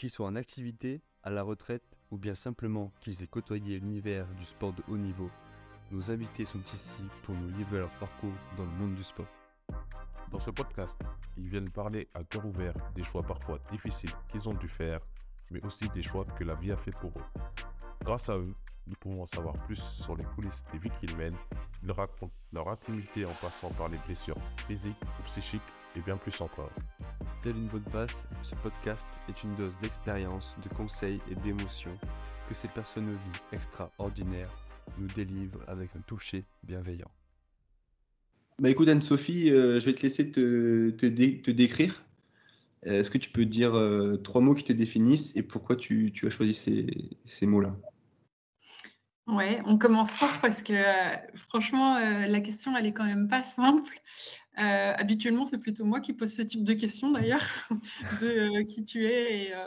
Qu'ils soient en activité, à la retraite ou bien simplement qu'ils aient côtoyé l'univers du sport de haut niveau, nos invités sont ici pour nous livrer leur parcours dans le monde du sport. Dans ce podcast, ils viennent parler à cœur ouvert des choix parfois difficiles qu'ils ont dû faire, mais aussi des choix que la vie a fait pour eux. Grâce à eux, nous pouvons en savoir plus sur les coulisses des vies qu'ils mènent. Ils racontent leur intimité en passant par les blessures physiques ou psychiques et bien plus encore. Telle une bonne passe, ce podcast est une dose d'expérience, de conseils et d'émotions que ces personnes aux vies extraordinaires nous délivrent avec un toucher bienveillant. Bah écoute Anne-Sophie, je vais te laisser te décrire. Est-ce que tu peux dire 3 mots qui te définissent et pourquoi tu as choisi ces mots-là? Ouais, on commence fort parce que franchement, la question, elle est quand même pas simple. Habituellement, c'est plutôt moi qui pose ce type de questions d'ailleurs, de qui tu es. Et,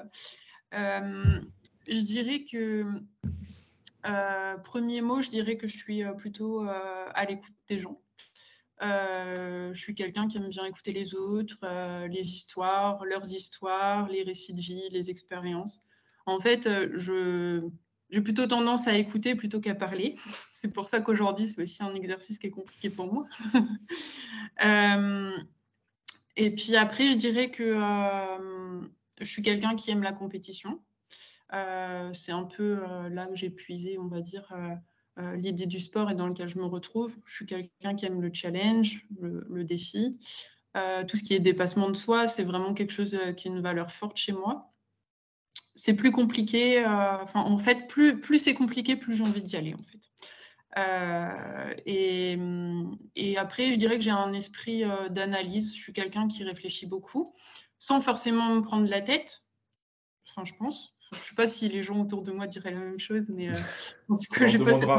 je dirais que, premier mot, je dirais que je suis plutôt à l'écoute des gens. Je suis quelqu'un qui aime bien écouter les autres, les histoires, leurs histoires, les récits de vie, les expériences. En fait, j'ai plutôt tendance à écouter plutôt qu'à parler. C'est pour ça qu'aujourd'hui, c'est aussi un exercice qui est compliqué pour moi. Et puis après, je dirais que je suis quelqu'un qui aime la compétition. C'est un peu là où j'ai puisé, on va dire, l'idée du sport et dans lequel je me retrouve. Je suis quelqu'un qui aime le challenge, le défi. Tout ce qui est dépassement de soi, c'est vraiment quelque chose qui est une valeur forte chez moi. C'est plus compliqué. En fait, plus c'est compliqué, plus j'ai envie d'y aller, en fait. Et après, je dirais que j'ai un esprit d'analyse. Je suis quelqu'un qui réfléchit beaucoup, sans forcément me prendre la tête. Enfin, je pense. Je ne sais pas si les gens autour de moi diraient la même chose, mais en tout cas, j'ai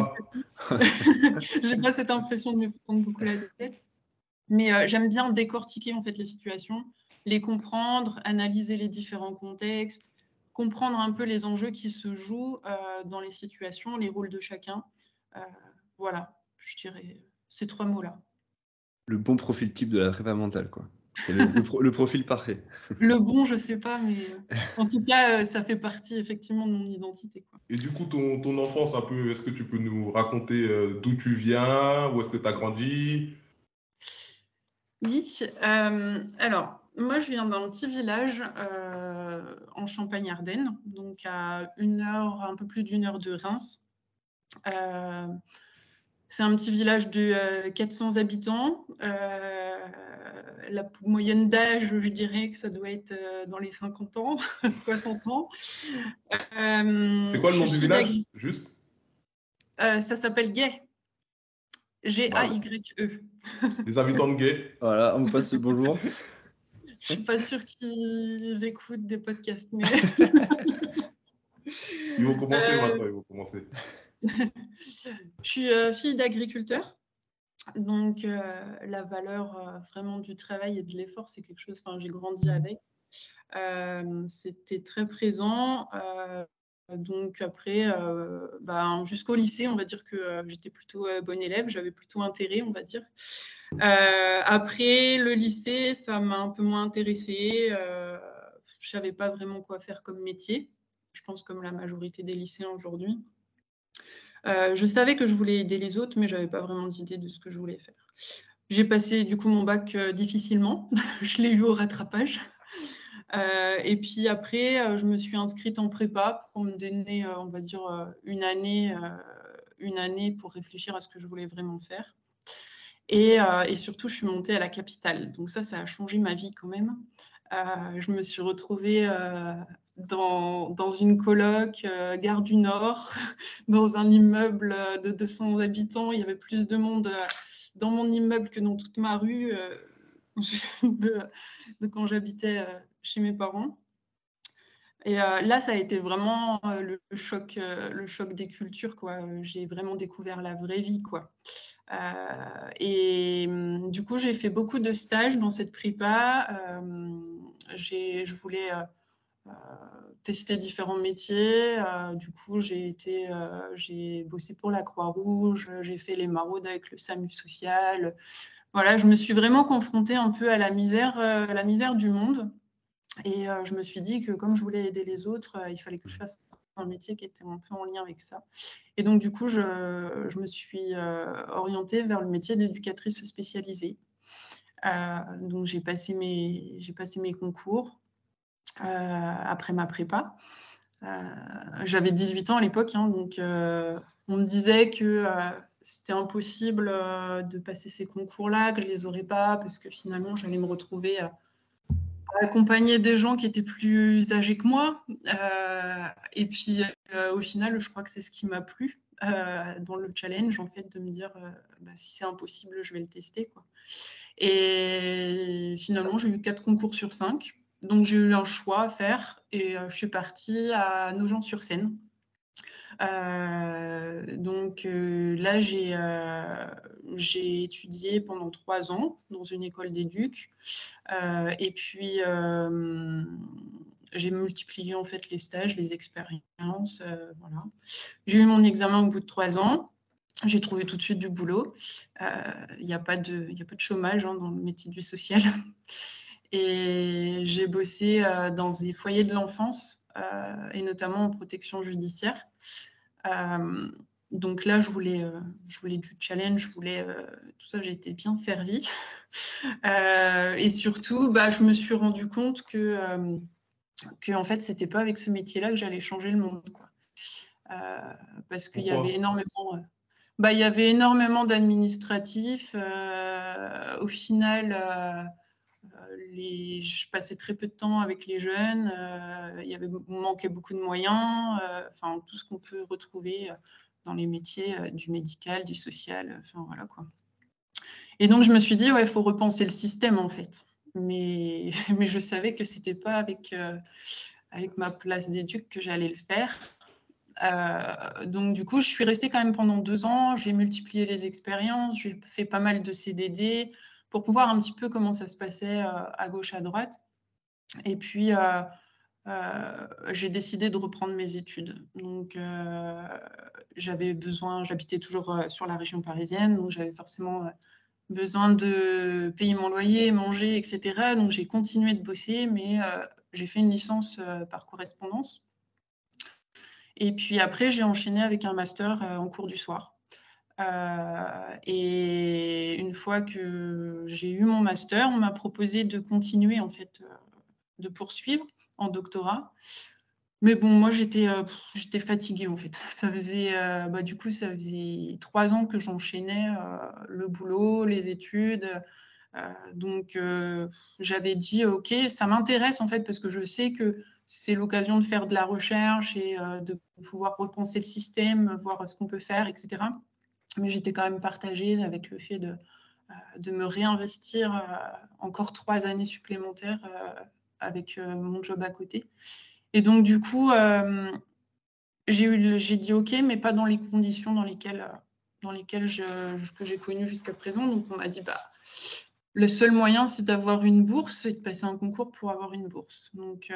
pas cette impression de me prendre beaucoup la tête. Mais j'aime bien décortiquer en fait les situations, les comprendre, analyser les différents contextes, comprendre un peu les enjeux qui se jouent dans les situations, les rôles de chacun. Voilà, je dirais ces 3 mots-là. Le bon profil type de la prépa mentale, quoi. C'est le profil parfait. Le bon, je sais pas, mais en tout cas, ça fait partie effectivement de mon identité, quoi. Et du coup, ton enfance, un peu, est-ce que tu peux nous raconter d'où tu viens, où est-ce que tu as grandi? Oui, alors, moi, je viens d'un petit village en Champagne-Ardenne, donc à un peu plus d'1 heure de Reims. C'est un petit village de 400 habitants. La moyenne d'âge, je dirais que ça doit être dans les 50 ans, 60 ans. C'est quoi le nom du village, juste? Ça s'appelle Gay. G-A-Y-E. Des habitants de Gay. Voilà, on me passe le bonjour. Je suis pas sûre qu'ils écoutent des podcasts, mais... Ils vont commencer maintenant, ils vont commencer. Je suis fille d'agriculteur, donc la valeur vraiment du travail et de l'effort, c'est quelque chose, j'ai grandi avec. C'était très présent. Donc après, jusqu'au lycée, on va dire que j'étais plutôt bonne élève, j'avais plutôt intérêt, on va dire. Après le lycée, ça m'a un peu moins intéressée. Je savais pas vraiment quoi faire comme métier, je pense comme la majorité des lycéens aujourd'hui. Je savais que je voulais aider les autres, mais j'avais pas vraiment d'idée de ce que je voulais faire. J'ai passé du coup mon bac difficilement, je l'ai eu au rattrapage. Et puis après, je me suis inscrite en prépa pour me donner, on va dire, une année pour réfléchir à ce que je voulais vraiment faire. Et surtout, je suis montée à la capitale. Donc ça a changé ma vie quand même. Je me suis retrouvée dans une coloc, gare du Nord, dans un immeuble de 200 habitants. Il y avait plus de monde dans mon immeuble que dans toute ma rue de quand j'habitais chez mes parents. Et là, ça a été vraiment le choc des cultures, quoi. J'ai vraiment découvert la vraie vie, quoi. Et du coup, j'ai fait beaucoup de stages dans cette prépa. Je voulais tester différents métiers. Du coup, j'ai bossé pour la Croix-Rouge, j'ai fait les maraudes avec le SAMU social. Voilà, je me suis vraiment confrontée un peu à la misère du monde. Et je me suis dit que comme je voulais aider les autres, il fallait que je fasse un métier qui était un peu en lien avec ça. Et donc, du coup, je me suis orientée vers le métier d'éducatrice spécialisée. Donc, j'ai passé mes concours après ma prépa. J'avais 18 ans à l'époque, hein, donc on me disait que c'était impossible de passer ces concours-là, que je les aurais pas, parce que finalement, j'allais me retrouver à accompagner des gens qui étaient plus âgés que moi. Et puis, au final, je crois que c'est ce qui m'a plu dans le challenge, en fait, de me dire si c'est impossible, je vais le tester, quoi. Et finalement, j'ai eu 4 concours sur 5. Donc, j'ai eu un choix à faire et je suis partie à Nogent-sur-Seine. Donc là, j'ai étudié pendant 3 ans dans une école d'éduc. Et puis, j'ai multiplié en fait les stages, les expériences. Voilà. J'ai eu mon examen au bout de 3 ans. J'ai trouvé tout de suite du boulot. Il n'y a pas de chômage dans le métier du social. Et j'ai bossé dans des foyers de l'enfance et notamment en protection judiciaire. Donc là, je voulais du challenge, je voulais tout ça, j'ai été bien servie. Et surtout, je me suis rendu compte que en fait, c'était pas avec ce métier-là que j'allais changer le monde, quoi. Parce qu'il y avait énormément... il y avait énormément d'administratifs. Au final, je passais très peu de temps avec les jeunes. Il manquait beaucoup de moyens. Enfin, tout ce qu'on peut retrouver dans les métiers du médical, du social. Enfin, voilà, quoi. Et donc, je me suis dit, il faut repenser le système, en fait. Mais je savais que c'était pas avec ma place d'éduc que j'allais le faire. Donc, du coup, je suis restée quand même pendant 2 ans. J'ai multiplié les expériences. J'ai fait pas mal de CDD pour pouvoir un petit peu comment ça se passait à gauche, à droite. Et puis, j'ai décidé de reprendre mes études. Donc, j'habitais toujours sur la région parisienne, donc j'avais forcément besoin de payer mon loyer, manger, etc. Donc, j'ai continué de bosser, mais j'ai fait une licence par correspondance. Et puis après, j'ai enchaîné avec un master en cours du soir. Et une fois que j'ai eu mon master, on m'a proposé de continuer, en fait, de poursuivre en doctorat. Mais bon, moi, j'étais fatiguée, en fait. Ça faisait 3 ans que j'enchaînais le boulot, les études. Donc, j'avais dit, OK, ça m'intéresse, en fait, parce que je sais que c'est l'occasion de faire de la recherche et de pouvoir repenser le système, voir ce qu'on peut faire, etc. Mais j'étais quand même partagée avec le fait de me réinvestir encore 3 années supplémentaires avec mon job à côté. Et donc, du coup, j'ai dit OK, mais pas dans les conditions dans lesquelles que j'ai connues jusqu'à présent. Donc, on m'a dit, le seul moyen, c'est d'avoir une bourse et de passer un concours pour avoir une bourse. Donc,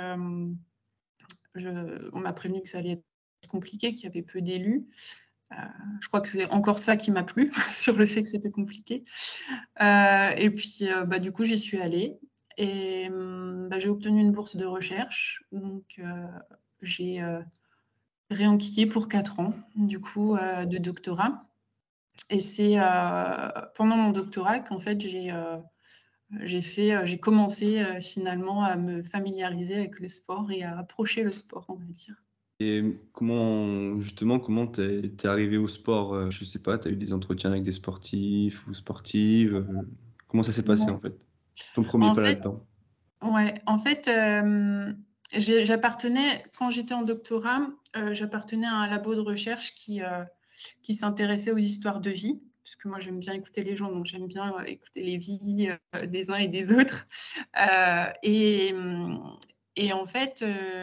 on m'a prévenu que ça allait être compliqué, qu'il y avait peu d'élus. Je crois que c'est encore ça qui m'a plu, sur le fait que c'était compliqué. Et puis, du coup, j'y suis allée. Et j'ai obtenu une bourse de recherche. Donc, j'ai réenquillé pour 4 ans, du coup, de doctorat. Et c'est pendant mon doctorat qu'en fait, j'ai commencé finalement à me familiariser avec le sport et à approcher le sport, on va dire. Et comment t'es arrivé au sport? Je sais pas, t'as eu des entretiens avec des sportifs ou sportives? Comment ça s'est passé en fait? Ton premier pas là-dedans? Ouais, en fait, j'appartenais, quand j'étais en doctorat, j'appartenais à un labo de recherche qui s'intéressait aux histoires de vie, parce que moi j'aime bien écouter les gens, donc j'aime bien écouter les vies des uns et des autres. Et en fait,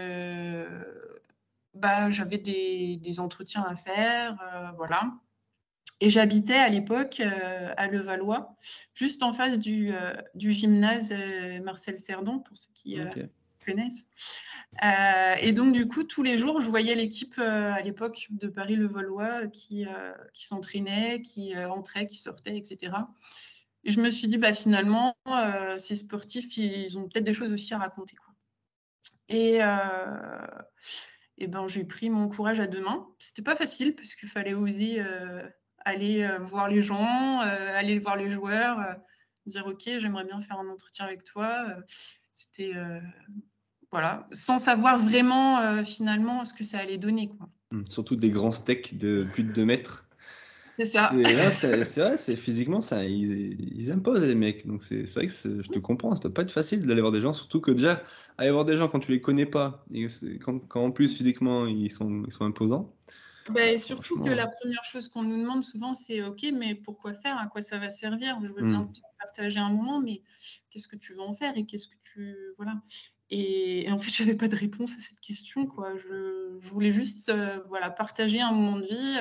j'avais des entretiens à faire, voilà. Et j'habitais à l'époque à Levallois, juste en face du gymnase Marcel Cerdan, pour ceux qui connaissent. Et donc, du coup, tous les jours, je voyais l'équipe à l'époque de Paris-Levallois qui s'entraînait, qui entrait, qui sortait, etc. Et je me suis dit, finalement, ces sportifs, ils ont peut-être des choses aussi à raconter, quoi. Et ben, j'ai pris mon courage à deux mains. C'était pas facile parce qu'il fallait oser aller voir les gens, aller voir les joueurs, dire OK, j'aimerais bien faire un entretien avec toi. C'était voilà, sans savoir vraiment finalement ce que ça allait donner, quoi. Surtout des grands steaks de plus de 2 mètres. C'est ça. C'est vrai, physiquement, ils imposent les mecs. Donc c'est vrai que je te comprends, ça doit pas être facile d'aller voir des gens, surtout que déjà, aller voir des gens quand tu les connais pas, et quand en plus physiquement ils sont imposants. Et surtout que la première chose qu'on nous demande souvent, c'est OK, mais pourquoi faire? À quoi ça va servir? Je veux bien te partager un moment, mais qu'est-ce que tu veux en faire? Et qu'est-ce que tu. Voilà. Et en fait, j'avais pas de réponse à cette question, quoi. Je voulais juste voilà, partager un moment de vie.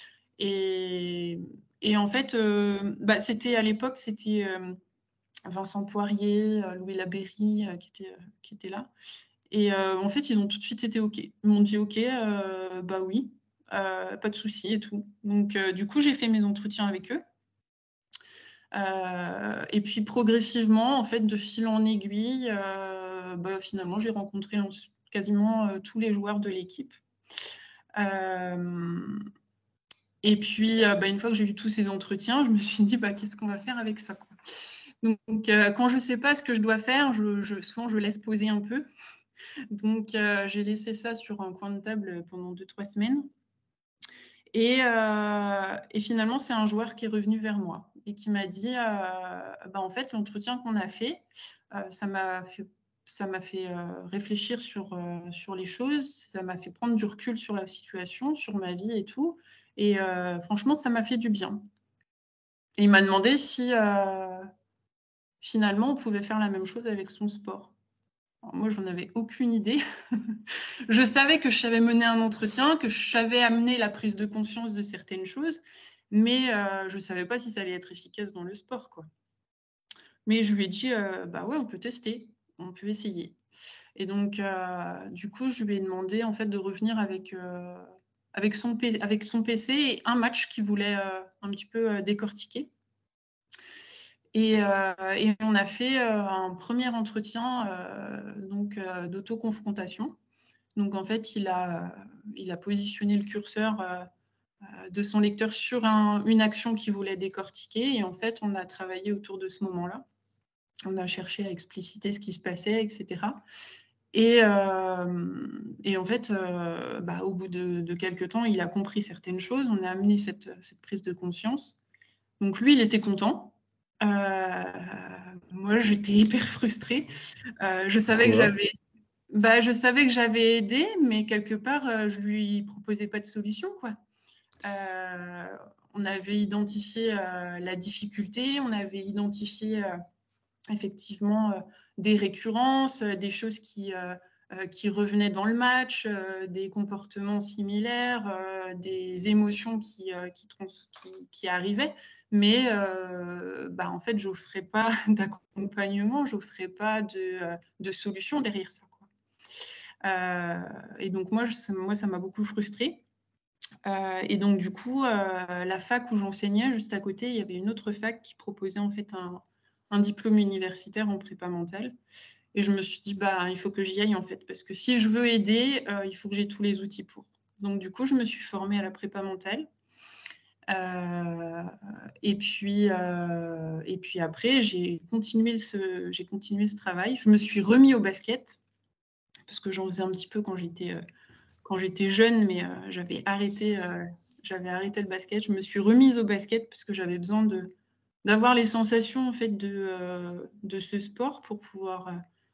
Et en fait, c'était à l'époque, c'était Vincent Poirier, Louis Labéry qui étaient là. Et en fait, ils ont tout de suite été OK. Ils m'ont dit OK, bah oui, pas de souci et tout. Donc, du coup, j'ai fait mes entretiens avec eux. Et puis, progressivement, en fait, de fil en aiguille, finalement, j'ai rencontré quasiment tous les joueurs de l'équipe. Et puis, une fois que j'ai eu tous ces entretiens, je me suis dit, qu'est-ce qu'on va faire avec ça, quoi. Donc, quand je ne sais pas ce que je dois faire, souvent, je laisse poser un peu. Donc, j'ai laissé ça sur un coin de table pendant 2-3 semaines. Et finalement, c'est un joueur qui est revenu vers moi et qui m'a dit, en fait, l'entretien qu'on a fait, ça m'a fait réfléchir sur les choses, ça m'a fait prendre du recul sur la situation, sur ma vie et tout. Et franchement, ça m'a fait du bien. Et il m'a demandé si finalement, on pouvait faire la même chose avec son sport. Alors moi, j'en avais aucune idée. Je savais que je savais mener un entretien, que je savais amener la prise de conscience de certaines choses, mais je ne savais pas si ça allait être efficace dans le sport, quoi. Mais je lui ai dit, ouais, on peut tester, on peut essayer. Et donc, du coup, je lui ai demandé en fait de revenir avec son PC et un match qu'il voulait un petit peu décortiquer. Et on a fait un premier entretien d'auto-confrontation. Donc, en fait, il a positionné le curseur de son lecteur sur une action qu'il voulait décortiquer. Et en fait, on a travaillé autour de ce moment-là. On a cherché à expliciter ce qui se passait, etc. Et en fait, au bout de quelques temps, il a compris certaines choses. On a amené cette prise de conscience. Donc, lui, il était content. Moi, j'étais hyper frustrée. Je savais que j'avais aidé, mais quelque part, je lui proposais pas de solution, quoi. On avait identifié la difficulté, on avait identifié effectivement des récurrences, des choses qui revenaient dans le match, des comportements similaires, des émotions qui arrivaient. Mais en fait, je n'offrais pas d'accompagnement, je n'offrais pas de solution derrière ça, quoi. Et donc, moi, ça m'a beaucoup frustrée. Et donc, du coup, la fac où j'enseignais, juste à côté, il y avait une autre fac qui proposait en fait un diplôme universitaire en prépa mentale. Et je me suis dit, il faut que j'y aille en fait, parce que si je veux aider, il faut que j'ai tous les outils pour. Donc, du coup, je me suis formée à la prépa mentale. Et puis après, j'ai continué ce travail. Je me suis remis au basket, parce que j'en faisais un petit peu quand j'étais jeune, mais j'avais arrêté le basket. Je me suis remise au basket parce que j'avais besoin d'avoir les sensations en fait de ce sport pour pouvoir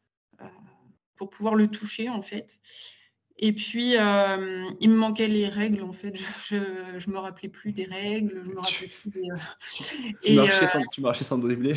le toucher en fait. Et puis il me manquait les règles en fait. Je me rappelais plus des règles, je me rappelais plus des. Tu marchais sans dribbler.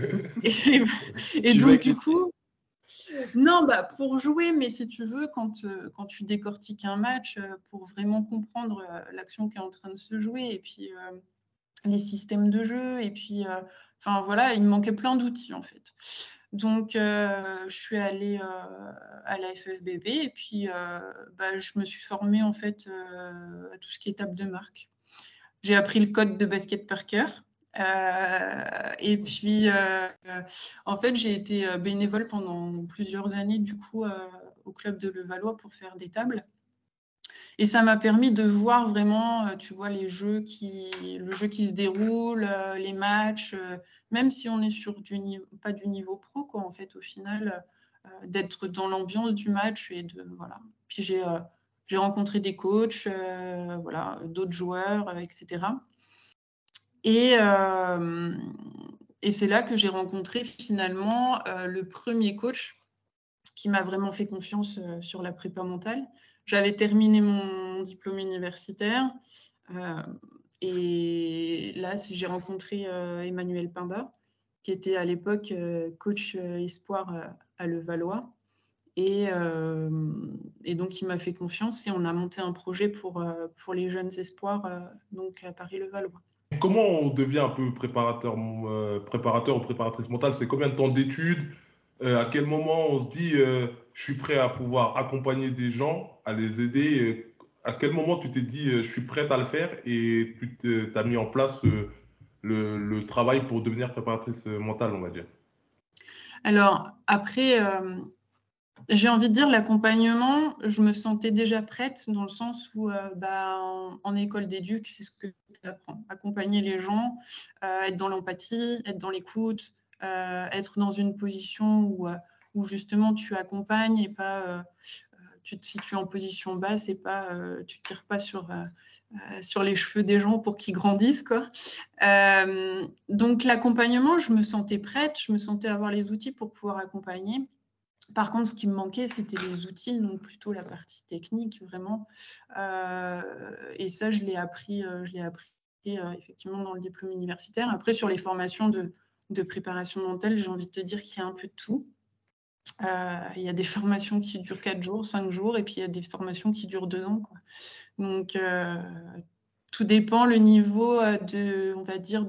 Et donc du coup. Non, pour jouer, mais si tu veux, quand tu décortiques un match, pour vraiment comprendre l'action qui est en train de se jouer, et puis les systèmes de jeu, et puis, voilà, il me manquait plein d'outils, en fait. Donc, je suis allée à la FFBB, et puis je me suis formée, en fait, à tout ce qui est table de marque. J'ai appris le code de basket par cœur. Et puis, en fait, j'ai été bénévole pendant plusieurs années, du coup, au club de Levallois pour faire des tables. Et ça m'a permis de voir vraiment, tu vois, le jeu qui se déroule, les matchs, même si on est sur pas du niveau pro, quoi, en fait, au final, d'être dans l'ambiance du match et voilà. Puis j'ai rencontré des coachs, voilà, d'autres joueurs, etc. Et c'est là que j'ai rencontré finalement le premier coach qui m'a vraiment fait confiance sur la prépa mentale. J'avais terminé mon diplôme universitaire et là, j'ai rencontré Emmanuel Pinda, qui était à l'époque coach espoir à Levallois. Et donc, il m'a fait confiance et on a monté un projet pour les jeunes espoirs donc à Paris-Levallois. Comment on devient un peu préparateur ou préparatrice mentale? C'est combien de temps d'études? À quel moment on se dit je suis prêt à pouvoir accompagner des gens, à les aider? À quel moment tu t'es dit je suis prête à le faire et tu as mis en place le travail pour devenir préparatrice mentale, on va dire? Alors, après, j'ai envie de dire l'accompagnement, je me sentais déjà prête dans le sens où en école d'éduc, c'est ce que tu apprends. Accompagner les gens, être dans l'empathie, être dans l'écoute, être dans une position où justement tu accompagnes et pas tu te situes en position basse et pas tu tires pas sur les cheveux des gens pour qu'ils grandissent, quoi. Donc l'accompagnement, je me sentais prête, je me sentais avoir les outils pour pouvoir accompagner. Par contre, ce qui me manquait, c'était les outils, donc plutôt la partie technique, vraiment. Et ça, je l'ai appris effectivement dans le diplôme universitaire. Après, sur les formations de préparation mentale, j'ai envie de te dire qu'il y a un peu de tout. Il y a des formations qui durent 4 jours, 5 jours, et puis il y a des formations qui durent 2 ans, quoi. Donc, tout dépend le niveau on va dire,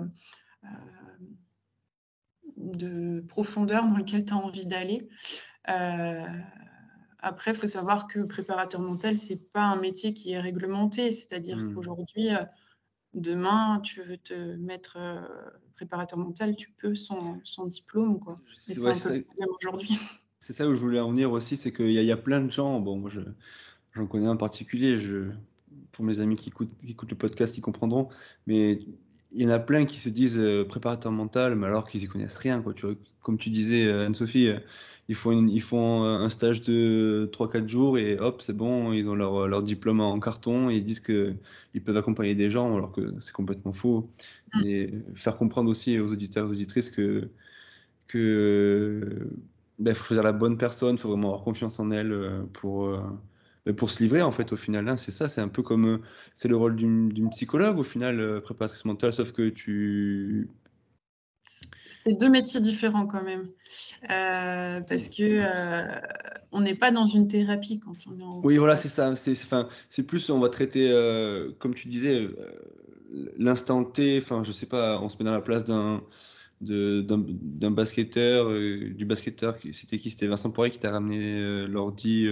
de profondeur dans lequel tu as envie d'aller. Après, il faut savoir que préparateur mental, ce n'est pas un métier qui est réglementé. C'est-à-dire qu'aujourd'hui, demain, tu veux te mettre préparateur mental, tu peux sans diplôme, quoi. Mais c'est un peu le problème aujourd'hui. C'est ça où je voulais en venir aussi, c'est qu'il y a plein de gens, bon, moi j'en connais un en particulier, pour mes amis qui écoutent le podcast, ils comprendront, mais il y en a plein qui se disent préparateur mental, mais alors qu'ils y connaissent rien, quoi. Tu vois, comme tu disais, Anne-Sophie, ils font un stage de 3-4 jours et hop, c'est bon, ils ont leur diplôme en carton et ils disent qu'ils peuvent accompagner des gens, alors que c'est complètement faux. Et faire comprendre aussi aux auditeurs et aux auditrices que faut choisir la bonne personne, il faut vraiment avoir confiance en elle pour se livrer, en fait, au final. Hein, c'est ça, c'est un peu comme c'est le rôle d'une psychologue, au final, préparatrice mentale, sauf que c'est 2 métiers différents quand même, parce que on n'est pas dans une thérapie quand on est en... Oui, voilà, c'est ça. C'est plus, on va traiter, comme tu disais, l'instant T. Enfin, je sais pas, on se met dans la place d'un basketteur, du basketteur, c'était qui? C'était Vincent Poirier qui t'a ramené l'ordi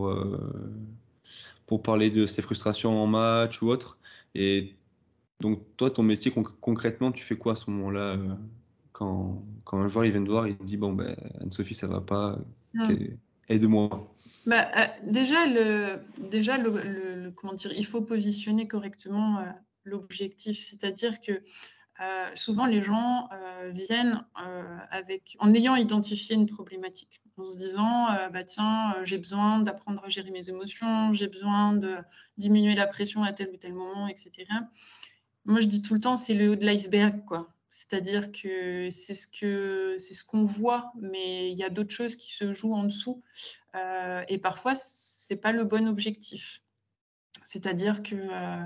pour parler de ses frustrations en match ou autre. Et donc, toi, ton métier, concrètement, tu fais quoi à ce moment-là quand un joueur il vient te voir et il te dit, bon, ben, Anne-Sophie, ça va pas, aide-moi. Déjà, comment dire, il faut positionner correctement l'objectif. C'est-à-dire que souvent, les gens viennent en ayant identifié une problématique, en se disant tiens, j'ai besoin d'apprendre à gérer mes émotions, j'ai besoin de diminuer la pression à tel ou tel moment, etc. Moi, je dis tout le temps, c'est le haut de l'iceberg, quoi. C'est-à-dire que c'est ce qu'on voit, mais il y a d'autres choses qui se jouent en dessous. Et parfois, c'est pas le bon objectif. C'est-à-dire que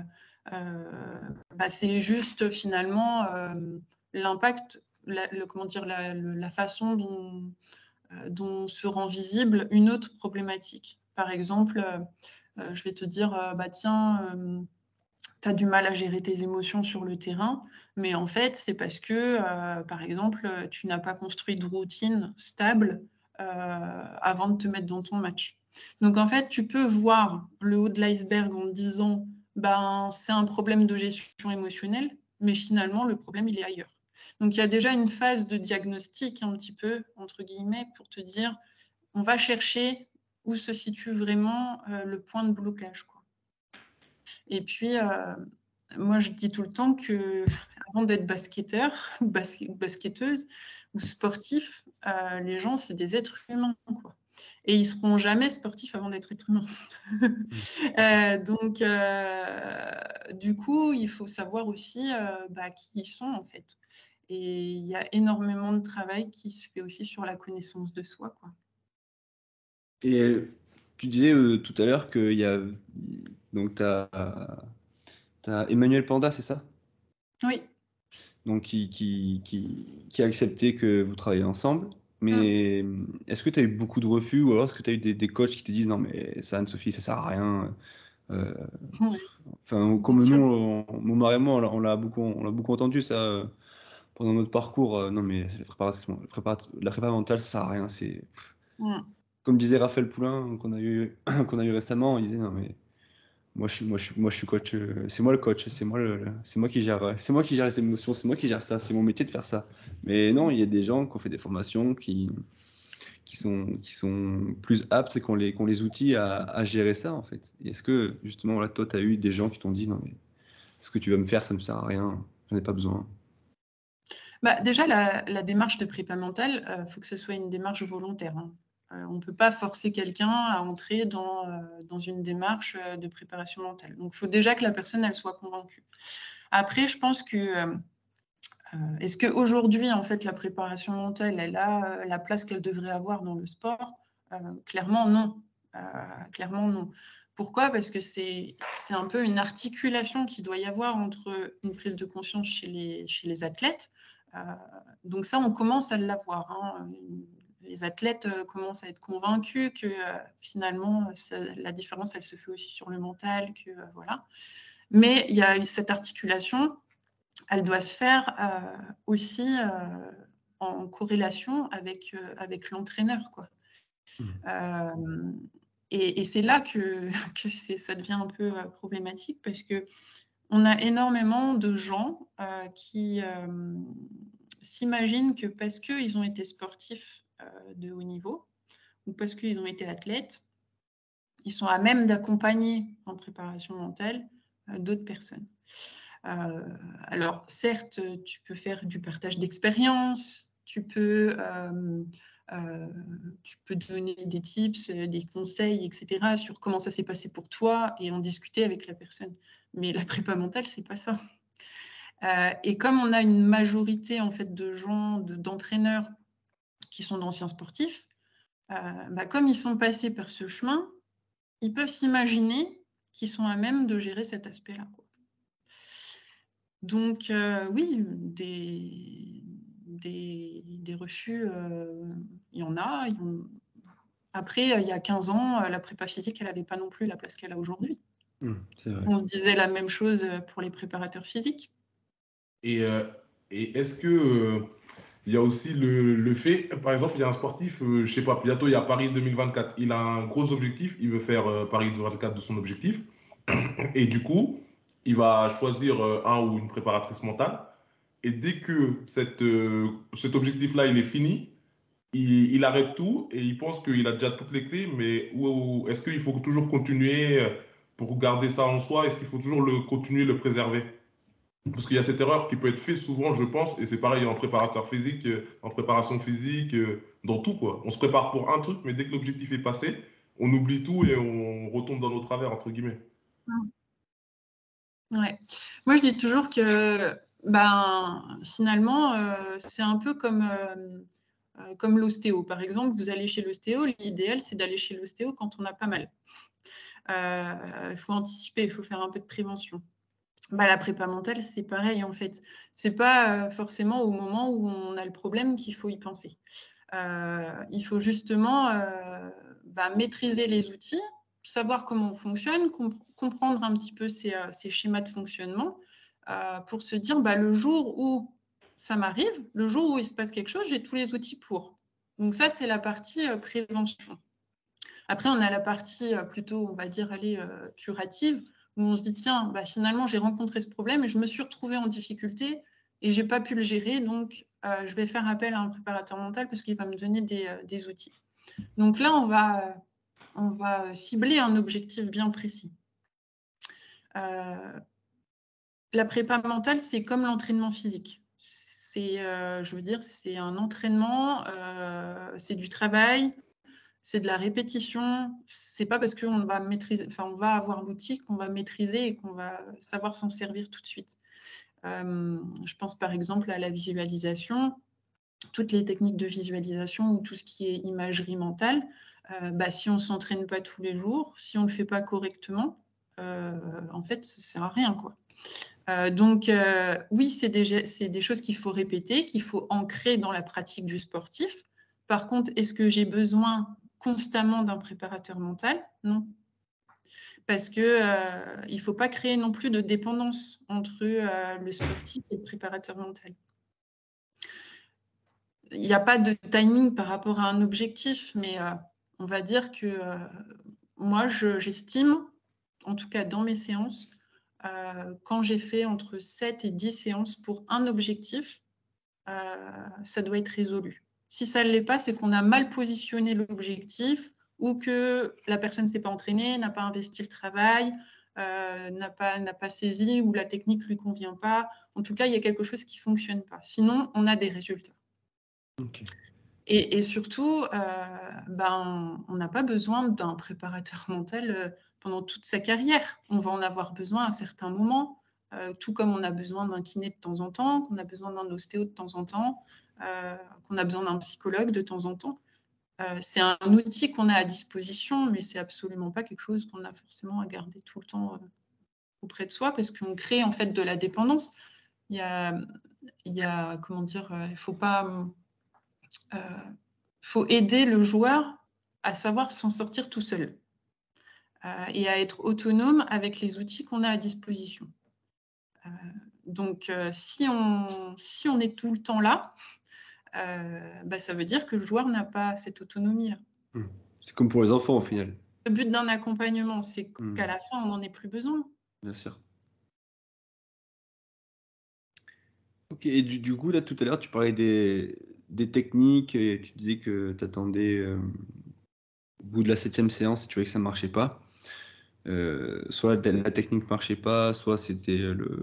c'est juste finalement l'impact, la façon dont se rend visible une autre problématique. Par exemple, je vais te dire, tiens, tu as du mal à gérer tes émotions sur le terrain, mais en fait, c'est parce que, par exemple, tu n'as pas construit de routine stable avant de te mettre dans ton match. Donc, en fait, tu peux voir le haut de l'iceberg en te disant c'est un problème de gestion émotionnelle, mais finalement, le problème, il est ailleurs. Donc, il y a déjà une phase de diagnostic, un petit peu, entre guillemets, pour te dire, on va chercher où se situe vraiment le point de blocage, quoi. Et puis, moi, je dis tout le temps qu'avant d'être basketteur, basketteuse ou sportif, les gens, c'est des êtres humains, quoi. Et ils ne seront jamais sportifs avant d'être êtres humains. Donc, du coup, il faut savoir aussi qui ils sont, en fait. Et il y a énormément de travail qui se fait aussi sur la connaissance de soi, quoi. Et tu disais tout à l'heure qu'il y a. Donc, t'as Emmanuel Panda, c'est ça? Oui. Donc, qui a accepté que vous travaillez ensemble. Mais est-ce que tu as eu beaucoup de refus ou alors est-ce que tu as eu des coachs qui te disent non, mais ça, Anne-Sophie, ça sert à rien. Ouais, Enfin, bien comme sûr. nous, mon mari et moi, on l'a beaucoup entendu ça pendant notre parcours. Non, mais la prépa mentale, ça sert à rien. C'est Mm. comme disait Raphaël Poulain qu'on a eu, qu'on a eu récemment. Il disait non, mais moi, je suis coach. C'est moi le coach. C'est moi qui gère les émotions. C'est moi qui gère ça. C'est mon métier de faire ça. Mais non, il y a des gens qui ont fait des formations qui sont plus aptes et qui ont les outils à gérer ça, en fait. Et est-ce que, justement, voilà, toi, tu as eu des gens qui t'ont dit, non, mais ce que tu vas me faire, ça me sert à rien, j'en ai pas besoin. Déjà, la démarche de prépa mentale, faut que ce soit une démarche volontaire, hein. On ne peut pas forcer quelqu'un à entrer dans une démarche de préparation mentale. Donc, il faut déjà que la personne, elle soit convaincue. Après, je pense que est-ce qu'aujourd'hui, en fait, la préparation mentale, elle a la place qu'elle devrait avoir dans le sport? Clairement, non. Clairement, non. Pourquoi? Parce que c'est un peu une articulation qu'il doit y avoir entre une prise de conscience chez les athlètes. Donc ça, on commence à l'avoir, hein. Les athlètes commencent à être convaincus que finalement, la différence, elle se fait aussi sur le mental, que voilà. Mais il y a cette articulation, elle doit se faire aussi en corrélation avec l'entraîneur, quoi. Et c'est là que ça devient un peu problématique parce qu'on a énormément de gens qui s'imaginent que parce qu'ils ont été sportifs de haut niveau ou parce qu'ils ont été athlètes, ils sont à même d'accompagner en préparation mentale d'autres personnes. Alors, certes, tu peux faire du partage d'expérience, tu peux donner des tips, des conseils, etc., sur comment ça s'est passé pour toi et en discuter avec la personne. Mais la prépa mentale, c'est pas ça. Et comme on a une majorité en fait de gens, d'entraîneurs qui sont d'anciens sportifs, comme ils sont passés par ce chemin, ils peuvent s'imaginer qu'ils sont à même de gérer cet aspect-là, quoi. Donc, oui, des refus, il y en a. Après, il y a 15 ans, la prépa physique, elle n'avait pas non plus la place qu'elle a aujourd'hui. C'est vrai. On se disait la même chose pour les préparateurs physiques. Et est-ce que il y a aussi le fait, par exemple, il y a un sportif, je sais pas, bientôt il y a Paris 2024, il a un gros objectif, il veut faire Paris 2024 de son objectif, et du coup, il va choisir un ou une préparatrice mentale, et dès que cet objectif-là, il est fini, il arrête tout et il pense qu'il a déjà toutes les clés, mais est-ce qu'il faut toujours continuer pour garder ça en soi? Est-ce qu'il faut toujours continuer le préserver? Parce qu'il y a cette erreur qui peut être faite souvent, je pense, et c'est pareil en préparateur physique, en préparation physique, dans tout, quoi. On se prépare pour un truc, mais dès que l'objectif est passé, on oublie tout et on retombe dans nos travers, entre guillemets. Ouais. Moi, je dis toujours que finalement, c'est un peu comme l'ostéo. Par exemple, vous allez chez l'ostéo, l'idéal, c'est d'aller chez l'ostéo quand on a pas mal. Il faut anticiper, il faut faire un peu de prévention. La prépa mentale, c'est pareil, en fait. C'est pas forcément au moment où on a le problème qu'il faut y penser. Il faut justement maîtriser les outils, savoir comment on fonctionne, comprendre un petit peu ces schémas de fonctionnement pour se dire le jour où ça m'arrive, le jour où il se passe quelque chose, j'ai tous les outils pour. Donc ça, c'est la partie prévention. Après, on a la partie plutôt, on va dire, curative, où on se dit, tiens, finalement, j'ai rencontré ce problème et je me suis retrouvée en difficulté et je n'ai pas pu le gérer, donc je vais faire appel à un préparateur mental parce qu'il va me donner des outils. Donc là, on va on va cibler un objectif bien précis. La prépa mentale, c'est comme l'entraînement physique. Je veux dire, c'est un entraînement, c'est du travail, c'est de la répétition. C'est pas parce qu'on va maîtriser, on va avoir l'outil qu'on va maîtriser et qu'on va savoir s'en servir tout de suite. Je pense par exemple à la visualisation. Toutes les techniques de visualisation ou tout ce qui est imagerie mentale, si on ne s'entraîne pas tous les jours, si on ne le fait pas correctement, en fait, ça ne sert à rien, quoi. Donc, oui, c'est des choses qu'il faut répéter, qu'il faut ancrer dans la pratique du sportif. Par contre, est-ce que j'ai besoin constamment d'un préparateur mental? Non. Parce qu'il ne faut pas créer non plus de dépendance entre le sportif et le préparateur mental. Il n'y a pas de timing par rapport à un objectif, mais on va dire que moi, j'estime, en tout cas dans mes séances, quand j'ai fait entre 7 et 10 séances pour un objectif, ça doit être résolu. Si ça ne l'est pas, c'est qu'on a mal positionné l'objectif ou que la personne ne s'est pas entraînée, n'a pas investi le travail, n'a pas saisi ou la technique ne lui convient pas. En tout cas, il y a quelque chose qui ne fonctionne pas. Sinon, on a des résultats. Ok. Et surtout, on n'a pas besoin d'un préparateur mental pendant toute sa carrière. On va en avoir besoin à certains moments, tout comme on a besoin d'un kiné de temps en temps, qu'on a besoin d'un ostéo de temps en temps, qu'on a besoin d'un psychologue de temps en temps. C'est un outil qu'on a à disposition, mais c'est absolument pas quelque chose qu'on a forcément à garder tout le temps auprès de soi, parce qu'on crée en fait de la dépendance. Il y a comment dire, il faut pas... faut aider le joueur à savoir s'en sortir tout seul et à être autonome avec les outils qu'on a à disposition. Donc, si on est tout le temps là, ça veut dire que le joueur n'a pas cette autonomie-là. C'est comme pour les enfants au final. Le but d'un accompagnement, c'est qu'à la fin, on n'en ait plus besoin. Bien sûr. Ok, et du coup, là, tout à l'heure, tu parlais des techniques et tu disais que tu attendais au bout de la 7e séance et tu voyais que ça ne marchait pas. Soit la technique ne marchait pas, soit c'était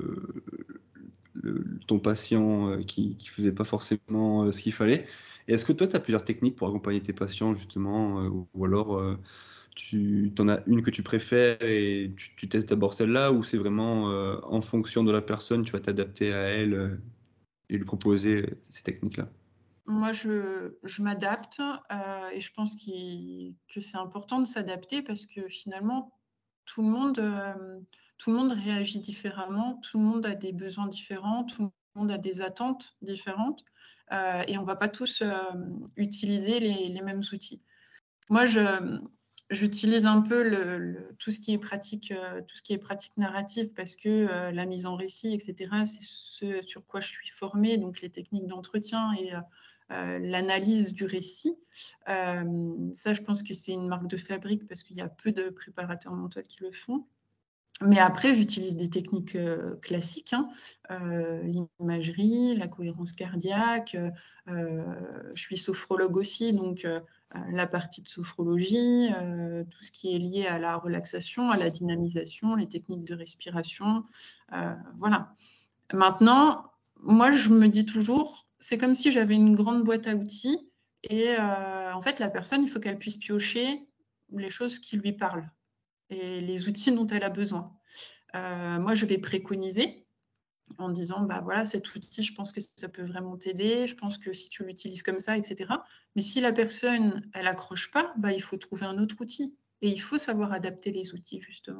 ton patient qui ne faisait pas forcément ce qu'il fallait. Et est-ce que toi, tu as plusieurs techniques pour accompagner tes patients, justement, ou alors tu en as une que tu préfères et tu testes d'abord celle-là, ou c'est vraiment en fonction de la personne, tu vas t'adapter à elle et lui proposer ces techniques-là? Moi, je m'adapte et je pense que c'est important de s'adapter parce que finalement, tout le monde réagit différemment, tout le monde a des besoins différents, tout le monde a des attentes différentes et on ne va pas tous utiliser les mêmes outils. Moi, j'utilise un peu tout ce qui est pratique narrative parce que la mise en récit, etc., c'est ce sur quoi je suis formée, donc les techniques d'entretien et l'analyse du récit. Ça, je pense que c'est une marque de fabrique parce qu'il y a peu de préparateurs mentaux qui le font. Mais après, j'utilise des techniques classiques, l'imagerie, la cohérence cardiaque. Je suis sophrologue aussi, donc la partie de sophrologie, tout ce qui est lié à la relaxation, à la dynamisation, les techniques de respiration. Voilà. Maintenant, moi, je me dis toujours, c'est comme si j'avais une grande boîte à outils et en fait, la personne, il faut qu'elle puisse piocher les choses qui lui parlent et les outils dont elle a besoin. Moi, je vais préconiser en disant, voilà, cet outil, je pense que ça peut vraiment t'aider, je pense que si tu l'utilises comme ça, etc. Mais si la personne, elle accroche pas, il faut trouver un autre outil. Et il faut savoir adapter les outils, justement.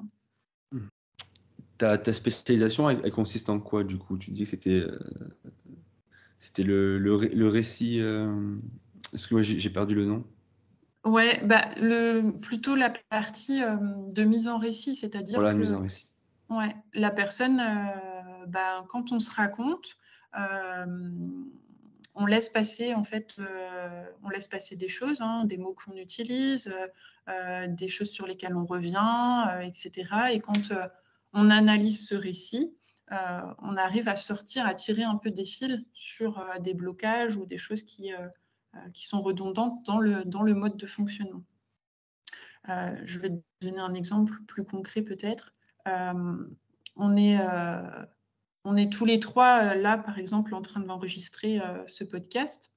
Ta spécialisation, elle consiste en quoi, du coup? Tu dis que c'était le récit... Est-ce que moi, j'ai perdu le nom? Ouais, plutôt la partie de mise en récit, c'est-à-dire Voilà, que mise en récit. Ouais, la personne, quand on se raconte, on laisse passer en fait, on laisse passer des choses, des mots qu'on utilise, des choses sur lesquelles on revient, etc. Et quand on analyse ce récit, on arrive à sortir, à tirer un peu des fils sur des blocages ou des choses qui sont redondantes dans le mode de fonctionnement. Je vais te donner un exemple plus concret peut-être. On est tous les trois là, par exemple, en train d'enregistrer ce podcast.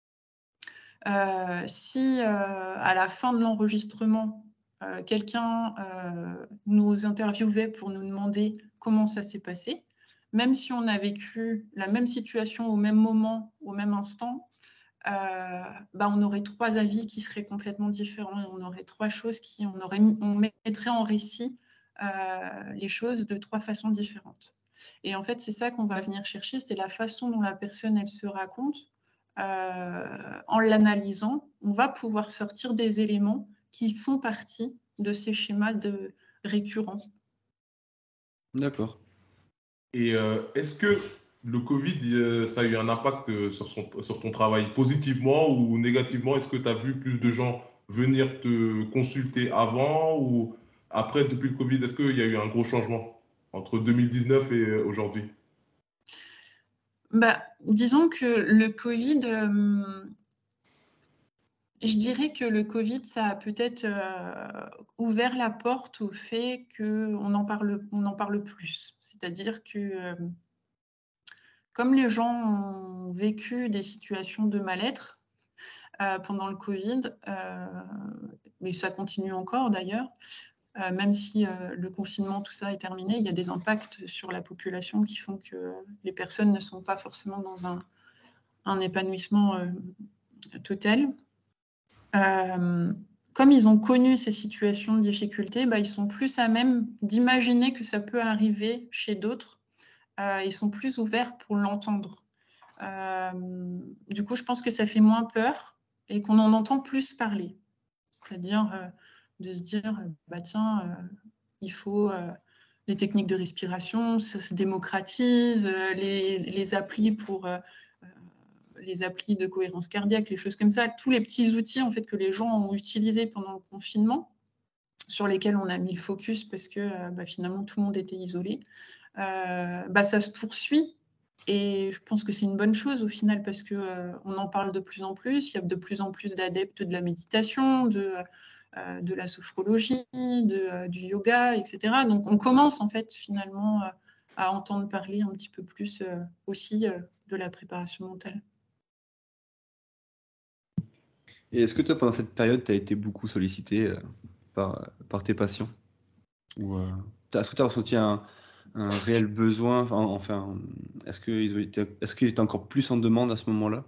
Si à la fin de l'enregistrement, quelqu'un nous interviewait pour nous demander comment ça s'est passé, même si on a vécu la même situation au même moment, au même instant, on aurait 3 avis qui seraient complètement différents. On aurait 3 choses on mettrait en récit les choses de 3 façons différentes. Et en fait, c'est ça qu'on va venir chercher, c'est la façon dont la personne, elle se raconte. En l'analysant, on va pouvoir sortir des éléments qui font partie de ces schémas récurrents. D'accord. Et est-ce que le Covid, ça a eu un impact sur ton travail positivement ou négativement? Est-ce que tu as vu plus de gens venir te consulter avant ou après, depuis le Covid? Est-ce qu'il y a eu un gros changement entre 2019 et aujourd'hui? Disons que le Covid, je dirais que le Covid, ça a peut-être ouvert la porte au fait qu'on en parle plus. C'est-à-dire que comme les gens ont vécu des situations de mal-être pendant le Covid, mais ça continue encore d'ailleurs, même si le confinement, tout ça est terminé, il y a des impacts sur la population qui font que les personnes ne sont pas forcément dans un épanouissement total. Comme ils ont connu ces situations de difficulté, ils sont plus à même d'imaginer que ça peut arriver chez d'autres. Ils sont plus ouverts pour l'entendre. Du coup, je pense que ça fait moins peur et qu'on en entend plus parler. C'est-à-dire de se dire, il faut les techniques de respiration, ça se démocratise, les applis pour les applis de cohérence cardiaque, les choses comme ça, tous les petits outils en fait que les gens ont utilisés pendant le confinement, sur lesquels on a mis le focus parce que finalement tout le monde était isolé, ça se poursuit. Et je pense que c'est une bonne chose au final parce qu'on en parle de plus en plus. Il y a de plus en plus d'adeptes de la méditation, de la sophrologie, du yoga, etc. Donc on commence en fait finalement à entendre parler un petit peu plus aussi de la préparation mentale. Et est-ce que toi, pendant cette période, tu as été beaucoup sollicité par tes patients? Ou est-ce que tu as ressenti un réel besoin, est-ce qu'ils étaient encore plus en demande à ce moment-là?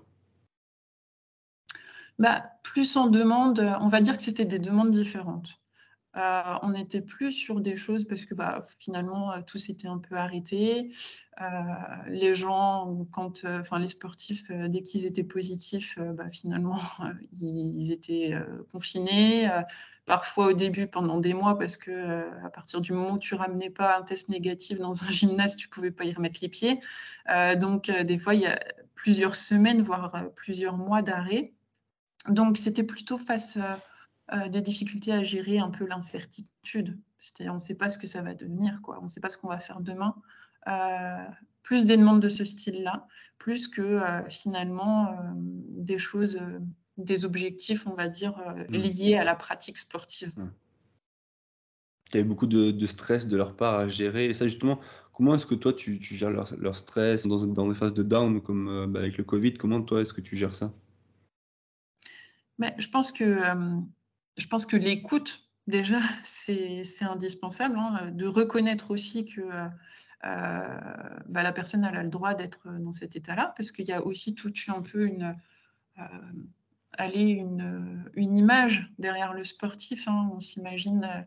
Plus en demande, on va dire que c'était des demandes différentes. On n'était plus sur des choses parce que finalement tout s'était un peu arrêté. Les gens, les sportifs, dès qu'ils étaient positifs, finalement ils étaient confinés. Parfois au début pendant des mois parce que à partir du moment où tu ramenais pas un test négatif dans un gymnase, tu pouvais pas y remettre les pieds. Donc des fois il y a plusieurs semaines, voire plusieurs mois d'arrêt. Donc c'était plutôt face des difficultés à gérer un peu l'incertitude. C'est-à-dire on ne sait pas ce que ça va devenir, quoi. On ne sait pas ce qu'on va faire demain. Plus des demandes de ce style-là, plus que finalement des choses, des objectifs, on va dire, liés à la pratique sportive. Il y avait beaucoup de stress de leur part à gérer. Et ça, justement, comment est-ce que toi, tu gères leur stress dans des phases de down, comme avec le Covid? Comment, toi, est-ce que tu gères ça? Je pense que l'écoute, déjà, c'est indispensable, hein, de reconnaître aussi que la personne elle a le droit d'être dans cet état-là, parce qu'il y a aussi tout un peu une image derrière le sportif. Hein. On s'imagine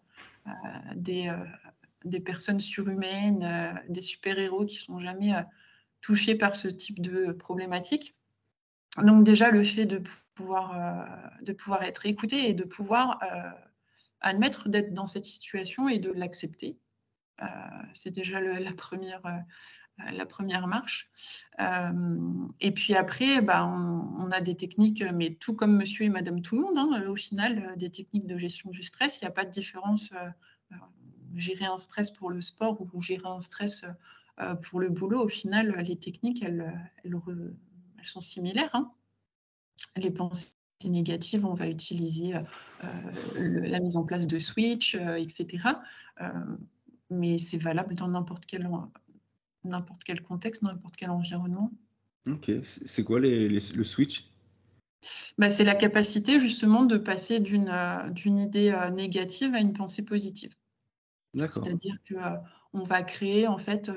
des personnes surhumaines, des super-héros qui ne sont jamais touchés par ce type de problématique. Donc déjà, le fait de pouvoir être écouté et de pouvoir admettre d'être dans cette situation et de l'accepter, c'est déjà la première marche. Et puis après, on a des techniques, mais tout comme monsieur et madame tout le monde, hein, au final, des techniques de gestion du stress. Il n'y a pas de différence. Gérer un stress pour le sport ou gérer un stress pour le boulot, au final, les techniques, elles sont similaires. Hein. Les pensées négative, on va utiliser la mise en place de switch, etc. Mais c'est valable dans n'importe quel contexte, n'importe quel environnement. Ok, c'est quoi le switch? C'est la capacité justement de passer d'une idée négative à une pensée positive. D'accord. C'est-à-dire qu'on va créer en fait,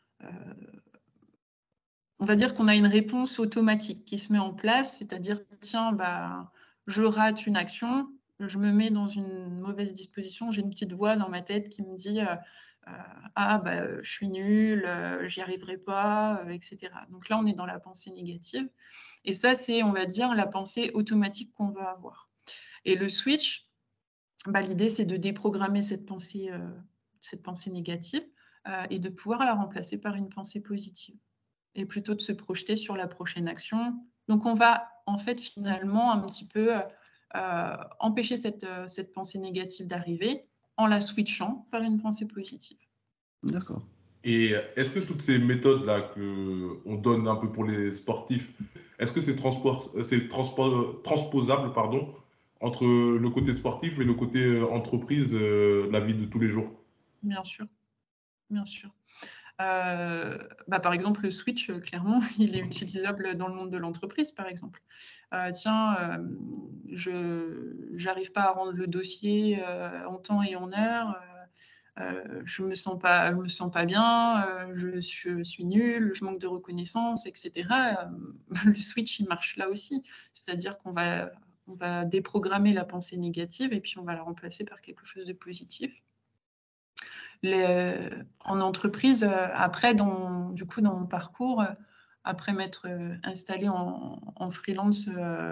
on va dire qu'on a une réponse automatique qui se met en place, c'est-à-dire tiens, je rate une action, je me mets dans une mauvaise disposition, j'ai une petite voix dans ma tête qui me dit je suis nulle, j'y arriverai pas, etc. Donc là, on est dans la pensée négative. Et ça, c'est, on va dire, la pensée automatique qu'on va avoir. Et le switch, l'idée, c'est de déprogrammer cette pensée négative et de pouvoir la remplacer par une pensée positive. Et plutôt de se projeter sur la prochaine action. Donc, on va, en fait, finalement, un petit peu empêcher cette pensée négative d'arriver en la switchant par une pensée positive. D'accord. Et est-ce que toutes ces méthodes-là qu'on donne un peu pour les sportifs, est-ce que c'est transposable entre le côté sportif et le côté entreprise, la vie de tous les jours? Bien sûr, bien sûr. Par exemple, le switch, clairement, il est utilisable dans le monde de l'entreprise, par exemple. J'arrive pas à rendre le dossier en temps et en heure. Je me sens pas bien, je suis nulle, je manque de reconnaissance, etc. Le switch, il marche là aussi. C'est-à-dire qu'on va déprogrammer la pensée négative et puis on va la remplacer par quelque chose de positif. En entreprise, après, dans mon parcours, après m'être installée en freelance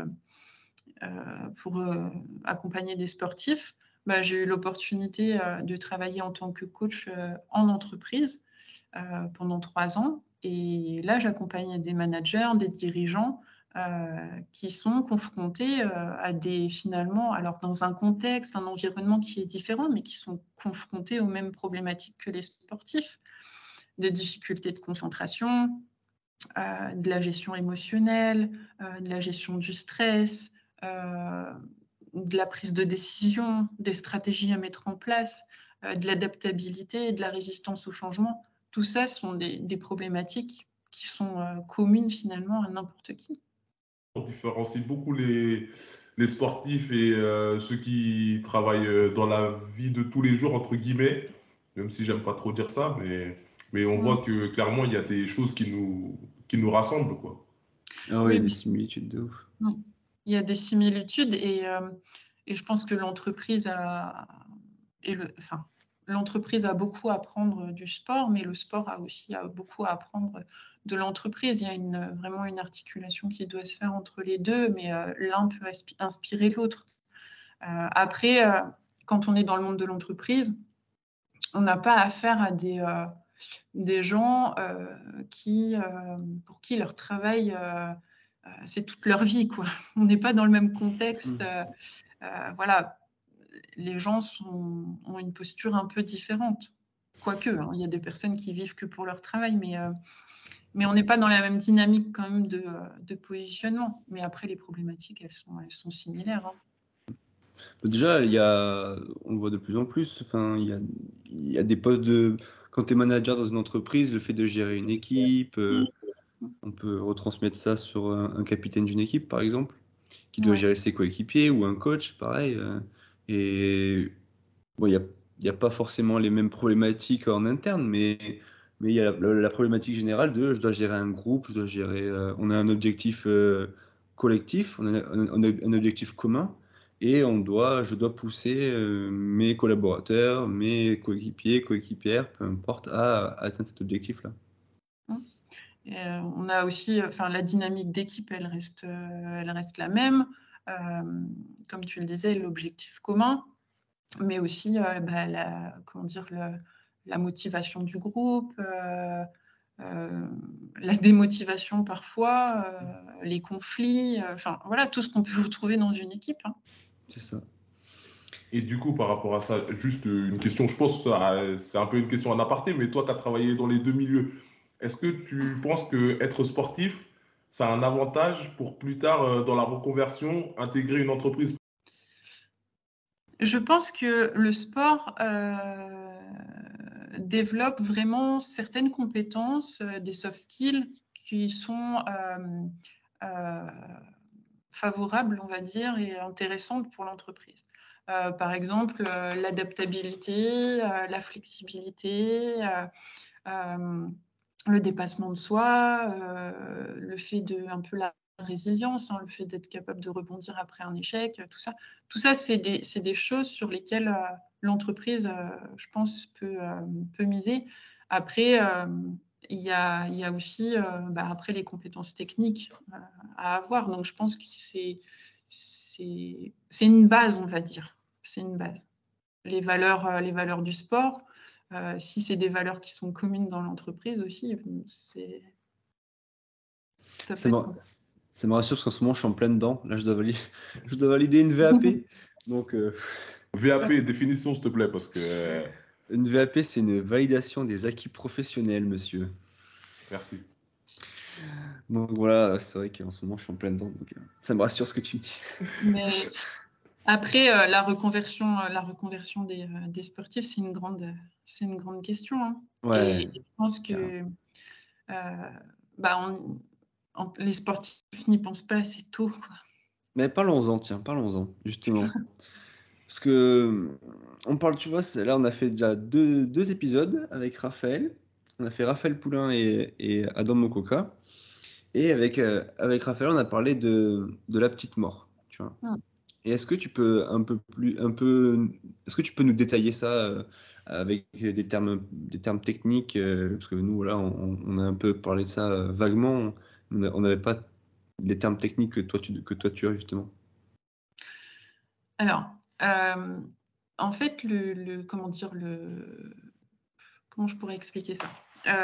pour accompagner des sportifs, j'ai eu l'opportunité de travailler en tant que coach en entreprise pendant 3 ans. Et là, j'accompagnais des managers, des dirigeants qui sont confrontés finalement, alors dans un contexte, un environnement qui est différent, mais qui sont confrontés aux mêmes problématiques que les sportifs, des difficultés de concentration, de la gestion émotionnelle, de la gestion du stress, de la prise de décision, des stratégies à mettre en place, de l'adaptabilité et de la résistance au changement. Tout ça sont des problématiques qui sont communes finalement à n'importe qui. On différencie beaucoup les sportifs et ceux qui travaillent dans la vie de tous les jours, entre guillemets, même si j'aime pas trop dire ça, mais on voit que clairement, il y a des choses qui nous rassemblent, quoi. Ah oui, des similitudes de ouf. Il y a des similitudes et je pense que l'entreprise a beaucoup à apprendre du sport, mais le sport a aussi beaucoup à apprendre de l'entreprise. Il y a vraiment une articulation qui doit se faire entre les deux, mais l'un peut inspirer l'autre. Après, quand on est dans le monde de l'entreprise, on n'a pas affaire à des gens pour qui leur travail, c'est toute leur vie, quoi. On n'est pas dans le même contexte. Voilà. Les gens ont une posture un peu différente. Quoique, il y a des personnes qui vivent que pour leur travail, mais on n'est pas dans la même dynamique quand même de positionnement. Mais après, les problématiques, elles sont similaires. Déjà, on le voit de plus en plus. Enfin, il y a des postes quand tu es manager dans une entreprise, le fait de gérer une équipe, on peut retransmettre ça sur un capitaine d'une équipe, par exemple, qui doit gérer ses coéquipiers, ou un coach, pareil. Et bon, il n'y a pas forcément les mêmes problématiques en interne, mais il y a la problématique générale de je dois gérer un groupe, je dois gérer. On a un objectif collectif, on a un objectif commun, et je dois pousser mes collaborateurs, mes coéquipières, peu importe, à atteindre cet objectif-là. On a aussi, la dynamique d'équipe, elle reste la même. Comme tu le disais, l'objectif commun, mais aussi la motivation du groupe, la démotivation parfois, les conflits, voilà, tout ce qu'on peut retrouver dans une équipe. C'est ça. Et du coup, par rapport à ça, juste une question, je pense que c'est un peu une question en aparté, mais toi, tu as travaillé dans les deux milieux. Est-ce que tu penses qu'être sportif, ça a un avantage pour plus tard, dans la reconversion, intégrer une entreprise? Je pense que le sport développe vraiment certaines compétences, des soft skills qui sont favorables, on va dire, et intéressantes pour l'entreprise. Par exemple, l'adaptabilité, la flexibilité, le dépassement de soi, le fait de un peu la résilience, le fait d'être capable de rebondir après un échec, tout ça. Tout ça, c'est des choses sur lesquelles l'entreprise, je pense, peut miser. Après, il y a aussi après les compétences techniques à avoir. Donc, je pense que c'est une base, on va dire. C'est une base. Les valeurs du sport, si c'est des valeurs qui sont communes dans l'entreprise aussi, ça peut être... Ça me rassure parce qu'en ce moment, je suis en plein dedans. Là, je dois valider une VAP. Donc, VAP, définition, s'il te plaît, parce que... une VAP, c'est une validation des acquis professionnels, monsieur. Merci. Donc voilà, c'est vrai qu'en ce moment, je suis en plein dedans. Donc, ça me rassure ce que tu me dis. Mais après, la reconversion des sportifs, c'est une grande question. Hein. Ouais. Et je pense que les sportifs n'y pensent pas assez tôt, quoi. Mais parlons-en, justement. Parce que on parle, tu vois, là, on a fait déjà deux épisodes avec Raphaël. On a fait Raphaël Poulain et Adam Mokoka. Et avec Raphaël, on a parlé de la petite mort, tu vois. Et est-ce que tu peux est-ce que tu peux nous détailler ça avec des termes techniques parce que nous, voilà, on a un peu parlé de ça vaguement. On n'avait pas les termes techniques que toi tu as justement. Alors, en fait, comment je pourrais expliquer ça?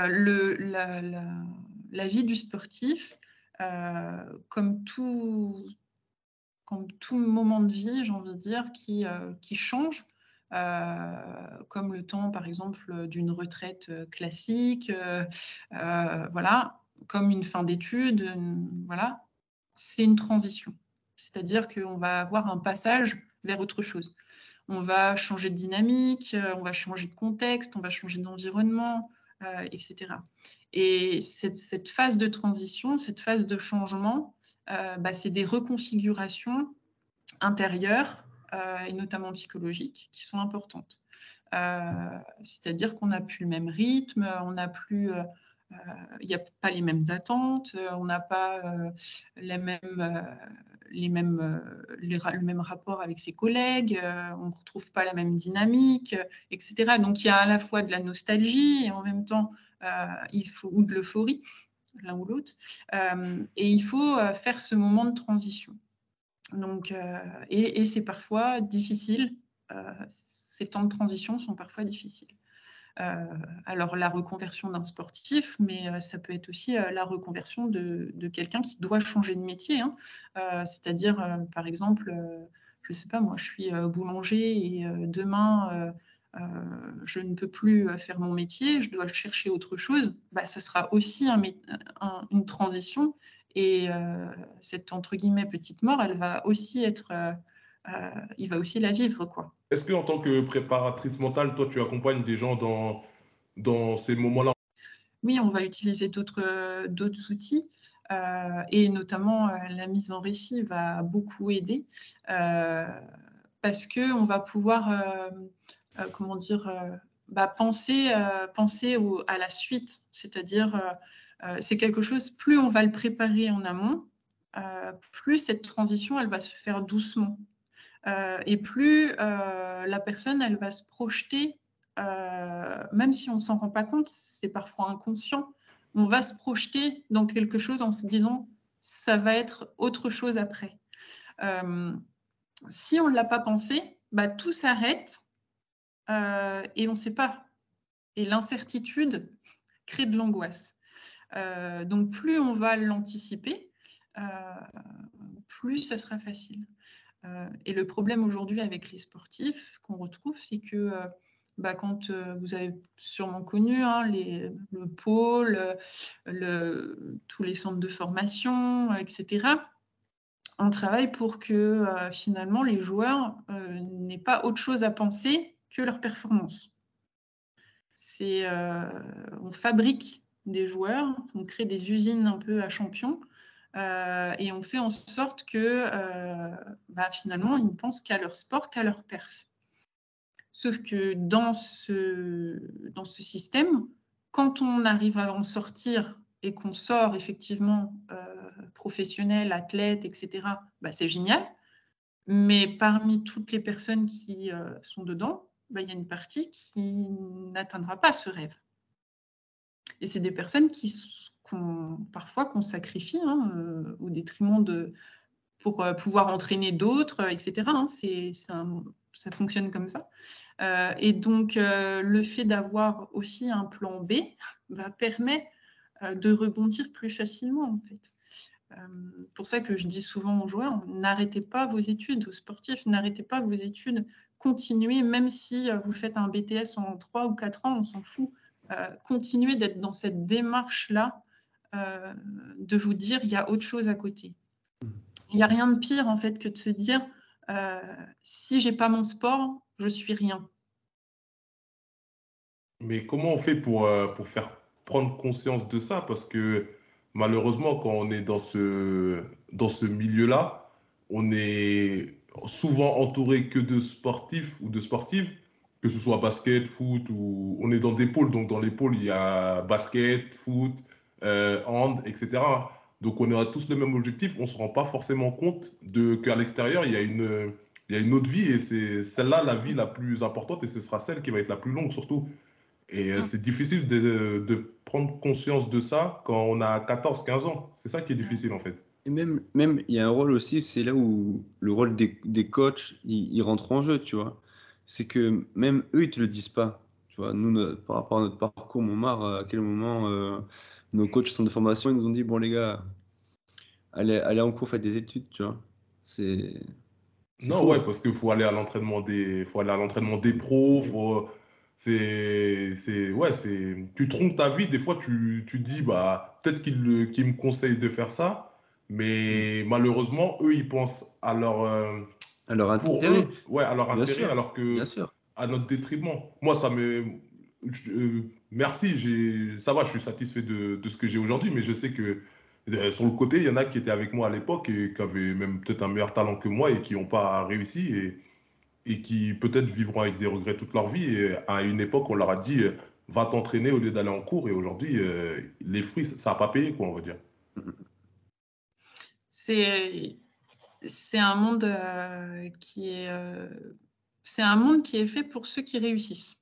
La vie du sportif, comme tout moment de vie, j'ai envie de dire, qui change, comme le temps, par exemple, d'une retraite classique, voilà, comme une fin d'études, voilà, c'est une transition. C'est-à-dire qu'on va avoir un passage vers autre chose. On va changer de dynamique, on va changer de contexte, on va changer d'environnement, etc. Et cette phase de transition, cette phase de changement, c'est des reconfigurations intérieures et notamment psychologiques qui sont importantes. C'est-à-dire qu'on n'a plus le même rythme, on n'a plus... il n'y a pas les mêmes attentes, on n'a pas le même rapport avec ses collègues, on ne retrouve pas la même dynamique, etc. Donc il y a à la fois de la nostalgie et en même temps ou de l'euphorie, l'un ou l'autre, et il faut faire ce moment de transition. Donc, et c'est parfois difficile, ces temps de transition sont parfois difficiles. Alors la reconversion d'un sportif, mais ça peut être aussi la reconversion de quelqu'un qui doit changer de métier, hein. C'est-à-dire, par exemple, je ne sais pas, moi je suis boulanger et demain je ne peux plus faire mon métier, je dois chercher autre chose, ça sera aussi une transition et cette entre guillemets petite mort, elle va aussi être, il va aussi la vivre, quoi. Est-ce qu'en tant que préparatrice mentale, toi, tu accompagnes des gens dans ces moments-là? Oui, on va utiliser d'autres outils et notamment la mise en récit va beaucoup aider parce qu'on va pouvoir, comment dire, penser à la suite. C'est-à-dire, c'est quelque chose, plus on va le préparer en amont, plus cette transition, elle va se faire doucement. Et plus la personne, elle va se projeter, même si on ne s'en rend pas compte, c'est parfois inconscient, on va se projeter dans quelque chose en se disant ça va être autre chose après. Si on ne l'a pas pensé, tout s'arrête et on ne sait pas. Et l'incertitude crée de l'angoisse. Donc plus on va l'anticiper, plus ça sera facile. Et le problème aujourd'hui avec les sportifs qu'on retrouve, c'est que quand vous avez sûrement connu le pôle, tous les centres de formation, etc. On travaille pour que finalement les joueurs n'aient pas autre chose à penser que leur performance. On fabrique des joueurs, on crée des usines un peu à champions et on fait en sorte que finalement ils ne pensent qu'à leur sport, qu'à leur perf. Sauf que dans ce système, quand on arrive à en sortir et qu'on sort effectivement professionnel, athlète, etc., c'est génial. Mais parmi toutes les personnes qui sont dedans, il y a une partie qui n'atteindra pas ce rêve. Et c'est des personnes parfois qu'on sacrifie au détriment pour pouvoir entraîner d'autres, etc. Ça fonctionne comme ça. Et donc, le fait d'avoir aussi un plan B permet de rebondir plus facilement, en fait. Pour ça que je dis souvent aux joueurs, n'arrêtez pas vos études, aux sportifs, n'arrêtez pas vos études, continuez, même si vous faites un BTS en 3 ou 4 ans, on s'en fout, continuez d'être dans cette démarche-là, de vous dire, il y a autre chose à côté. Il n'y a rien de pire, en fait, que de se dire, si j'ai pas mon sport, je suis rien. Mais comment on fait pour faire prendre conscience de ça? Parce que malheureusement, quand on est dans ce milieu-là, on est souvent entouré que de sportifs ou de sportives, que ce soit basket, foot, ou on est dans des pôles. Donc dans les pôles, il y a basket, foot, hand, etc. Donc on a tous le même objectif. On ne se rend pas forcément compte qu'à l'extérieur, il y a une autre vie, et c'est celle-là la vie la plus importante, et ce sera celle qui va être la plus longue surtout. Et c'est difficile de prendre conscience de ça quand on a 14-15 ans. C'est ça qui est difficile, en fait. Et même, il y a un rôle aussi, c'est là où le rôle des coachs, il rentre en jeu, tu vois. C'est que même eux, ils te le disent pas. Tu vois, nous, par rapport à notre parcours, Montmartre, à quel moment nos coachs sont de formation, ils nous ont dit, bon les gars, allez en cours, faites des études, tu vois. C'est Non, fou. ouais, parce qu'il faut aller à l'entraînement des pros. Tu trompes ta vie. Des fois, tu dis, peut-être qu'ils me conseillent de faire ça, mais malheureusement, eux, ils pensent à leur, À leur pour intérêt. eux, ouais, à leur Bien intérêt, sûr, alors que bien sûr. à notre détriment. Moi, merci, ça va, je suis satisfait de ce que j'ai aujourd'hui, mais je sais que sur le côté, il y en a qui étaient avec moi à l'époque et qui avaient même peut-être un meilleur talent que moi et qui n'ont pas réussi, et qui peut-être vivront avec des regrets toute leur vie. Et à une époque, on leur a dit, va t'entraîner au lieu d'aller en cours, et aujourd'hui, les fruits, ça n'a pas payé, quoi, on va dire. C'est un monde c'est un monde qui est fait pour ceux qui réussissent.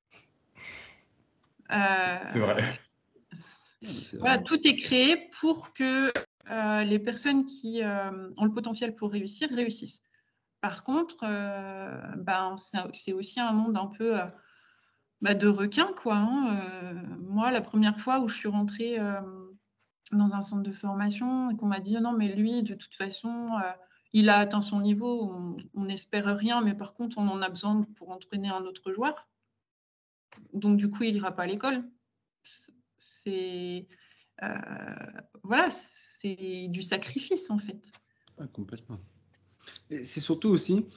C'est vrai. Voilà, tout est créé pour que les personnes qui ont le potentiel pour réussir réussissent. Par contre, c'est aussi un monde un peu de requins, quoi. Moi, la première fois où je suis rentrée dans un centre de formation et qu'on m'a dit non, mais lui, de toute façon, il a atteint son niveau, on n'espère rien, mais par contre, on en a besoin pour entraîner un autre joueur. Donc, du coup, il n'ira pas à l'école. C'est du sacrifice, en fait. Ouais, complètement. Et c'est surtout aussi,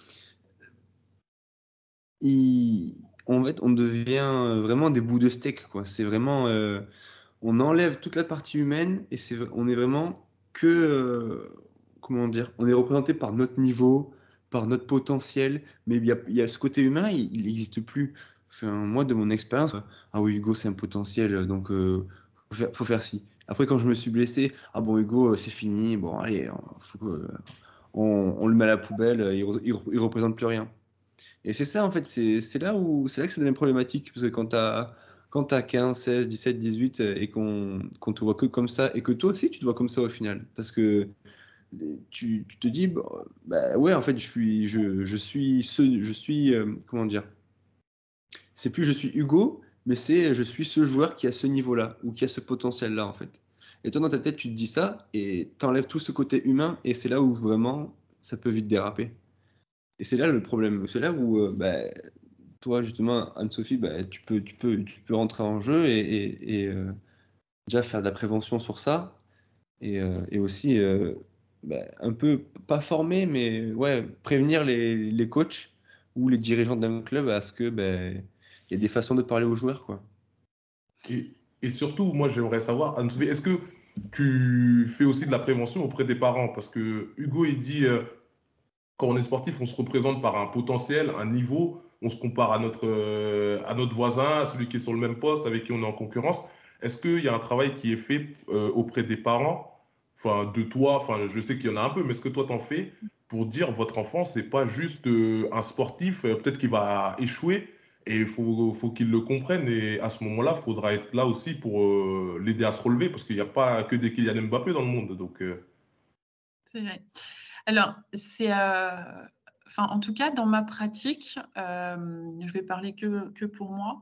en fait, on devient vraiment des bouts de steak, quoi. C'est vraiment, on enlève toute la partie humaine et on est vraiment que, comment dire, on est représenté par notre niveau, par notre potentiel, mais il y a ce côté humain, il n'existe plus. Enfin, moi, de mon expérience, ah oui, Hugo, c'est un potentiel, donc faut faire ci. Après, quand je me suis blessé, ah bon, Hugo, c'est fini, bon, allez, on le met à la poubelle, il représente plus rien. Et c'est ça, en fait, c'est là que ça devient problématique, parce que quand t'as 15, 16, 17, 18 et qu'on te voit que comme ça, et que toi aussi tu te vois comme ça au final, parce que tu te dis, ouais, en fait, comment dire, c'est plus je suis Hugo, mais c'est je suis ce joueur qui a ce niveau-là, ou qui a ce potentiel-là, en fait. Et toi, dans ta tête, tu te dis ça, et t'enlèves tout ce côté humain, et c'est là où vraiment ça peut vite déraper. Et c'est là le problème, c'est là où toi, justement, Anne-Sophie, bah, tu peux rentrer en jeu et déjà faire de la prévention sur ça et aussi bah, un peu, pas former, mais ouais, prévenir les coachs ou les dirigeants d'un club à ce que bah, il y a des façons de parler aux joueurs, quoi. Et surtout, moi, j'aimerais savoir, Anne-Sophie, est-ce que tu fais aussi de la prévention auprès des parents? Parce que Hugo, il dit, quand on est sportif, on se représente par un potentiel, un niveau, on se compare à notre voisin, à celui qui est sur le même poste, avec qui on est en concurrence. Est-ce qu'il y a un travail qui est fait auprès des parents, enfin de toi, enfin je sais qu'il y en a un peu, mais est-ce que toi t'en fais pour dire votre enfant, c'est pas juste un sportif, peut-être qu'il va échouer et faut qu'il le comprenne et à ce moment-là, il faudra être là aussi pour l'aider à se relever parce qu'il n'y a pas que des Kylian Mbappé dans le monde. Donc, C'est vrai. Alors, enfin, en tout cas, dans ma pratique, je vais parler que pour moi,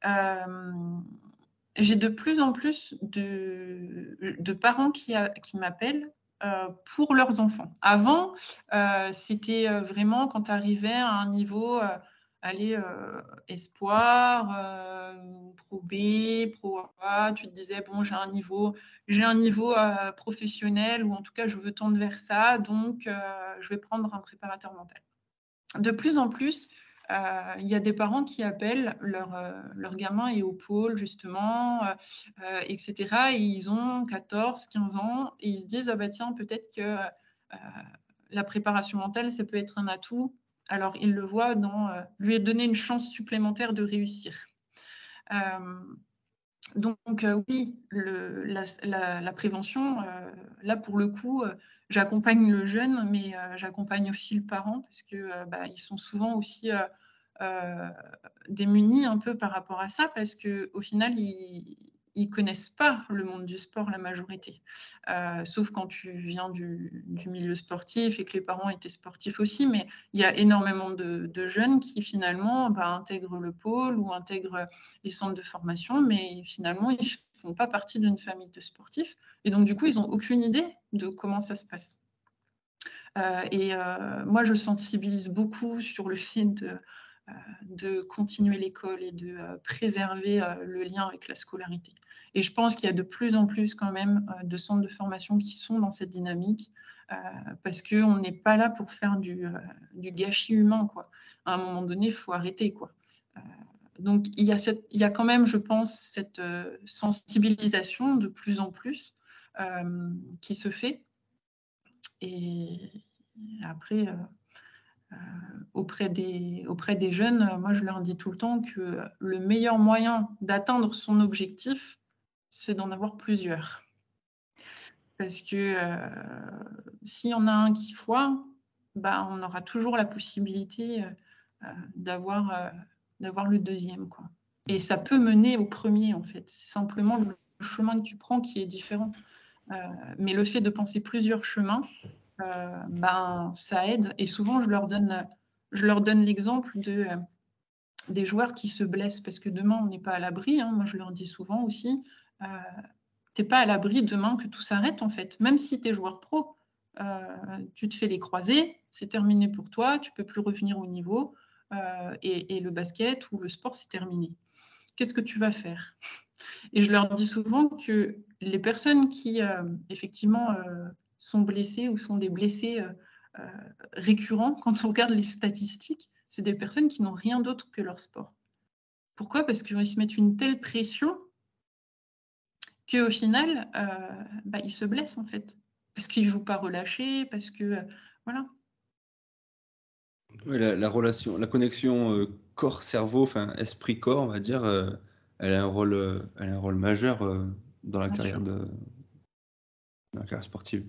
j'ai de plus en plus de parents qui m'appellent pour leurs enfants. Avant, c'était vraiment quand tu arrivais à un niveau, espoir, pro B, pro A, tu te disais, bon, j'ai un niveau professionnel ou en tout cas, je veux tendre vers ça, donc je vais prendre un préparateur mental. De plus en plus, il y a des parents qui appellent leur gamin est au pôle, justement, etc. Et ils ont 14, 15 ans et ils se disent, ah bah tiens, peut-être que la préparation mentale, ça peut être un atout. Alors, ils le voient dans lui donner une chance supplémentaire de réussir. Donc oui, la prévention, là pour le coup, j'accompagne le jeune, mais j'accompagne aussi le parent parce que ils sont souvent aussi démunis un peu par rapport à ça parce qu'au final, ils connaissent pas le monde du sport, la majorité. Sauf quand tu viens du milieu sportif et que les parents étaient sportifs aussi, mais il y a énormément de jeunes qui finalement intègrent le pôle ou intègrent les centres de formation, mais finalement, ils ne font pas partie d'une famille de sportifs. Et donc, du coup, ils n'ont aucune idée de comment ça se passe. Moi, je sensibilise beaucoup sur le fait de continuer l'école et de préserver le lien avec la scolarité. Et je pense qu'il y a de plus en plus quand même de centres de formation qui sont dans cette dynamique parce qu'on n'est pas là pour faire du gâchis humain, quoi. À un moment donné, il faut arrêter, quoi. Donc, il y a quand même, je pense, cette sensibilisation de plus en plus qui se fait. Et après, auprès des jeunes, moi, je leur dis tout le temps que le meilleur moyen d'atteindre son objectif, c'est d'en avoir plusieurs. Parce que s'il y en a un qui foire, on aura toujours la possibilité d'avoir le deuxième, quoi. Et ça peut mener au premier, en fait. C'est simplement le chemin que tu prends qui est différent. Mais le fait de penser plusieurs chemins, ça aide. Et souvent, je leur donne l'exemple des joueurs qui se blessent parce que demain, on n'est pas à l'abri. Hein. Moi, je leur dis souvent aussi, tu n'es pas à l'abri demain que tout s'arrête, en fait. Même si tu es joueur pro, tu te fais les croisés, c'est terminé pour toi, tu ne peux plus revenir au niveau et le basket ou le sport, c'est terminé. Qu'est-ce que tu vas faire? Et je leur dis souvent que les personnes qui, effectivement, sont blessées ou sont des blessés récurrents, quand on regarde les statistiques, c'est des personnes qui n'ont rien d'autre que leur sport. Pourquoi? Parce qu'ils se mettent une telle pression qu'au final, ils se blessent, en fait. Parce qu'ils ne jouent pas relâchés, parce que... voilà. Ouais, la relation, la connexion corps-cerveau, enfin esprit-corps, on va dire, elle a un rôle majeur dans la carrière sportive.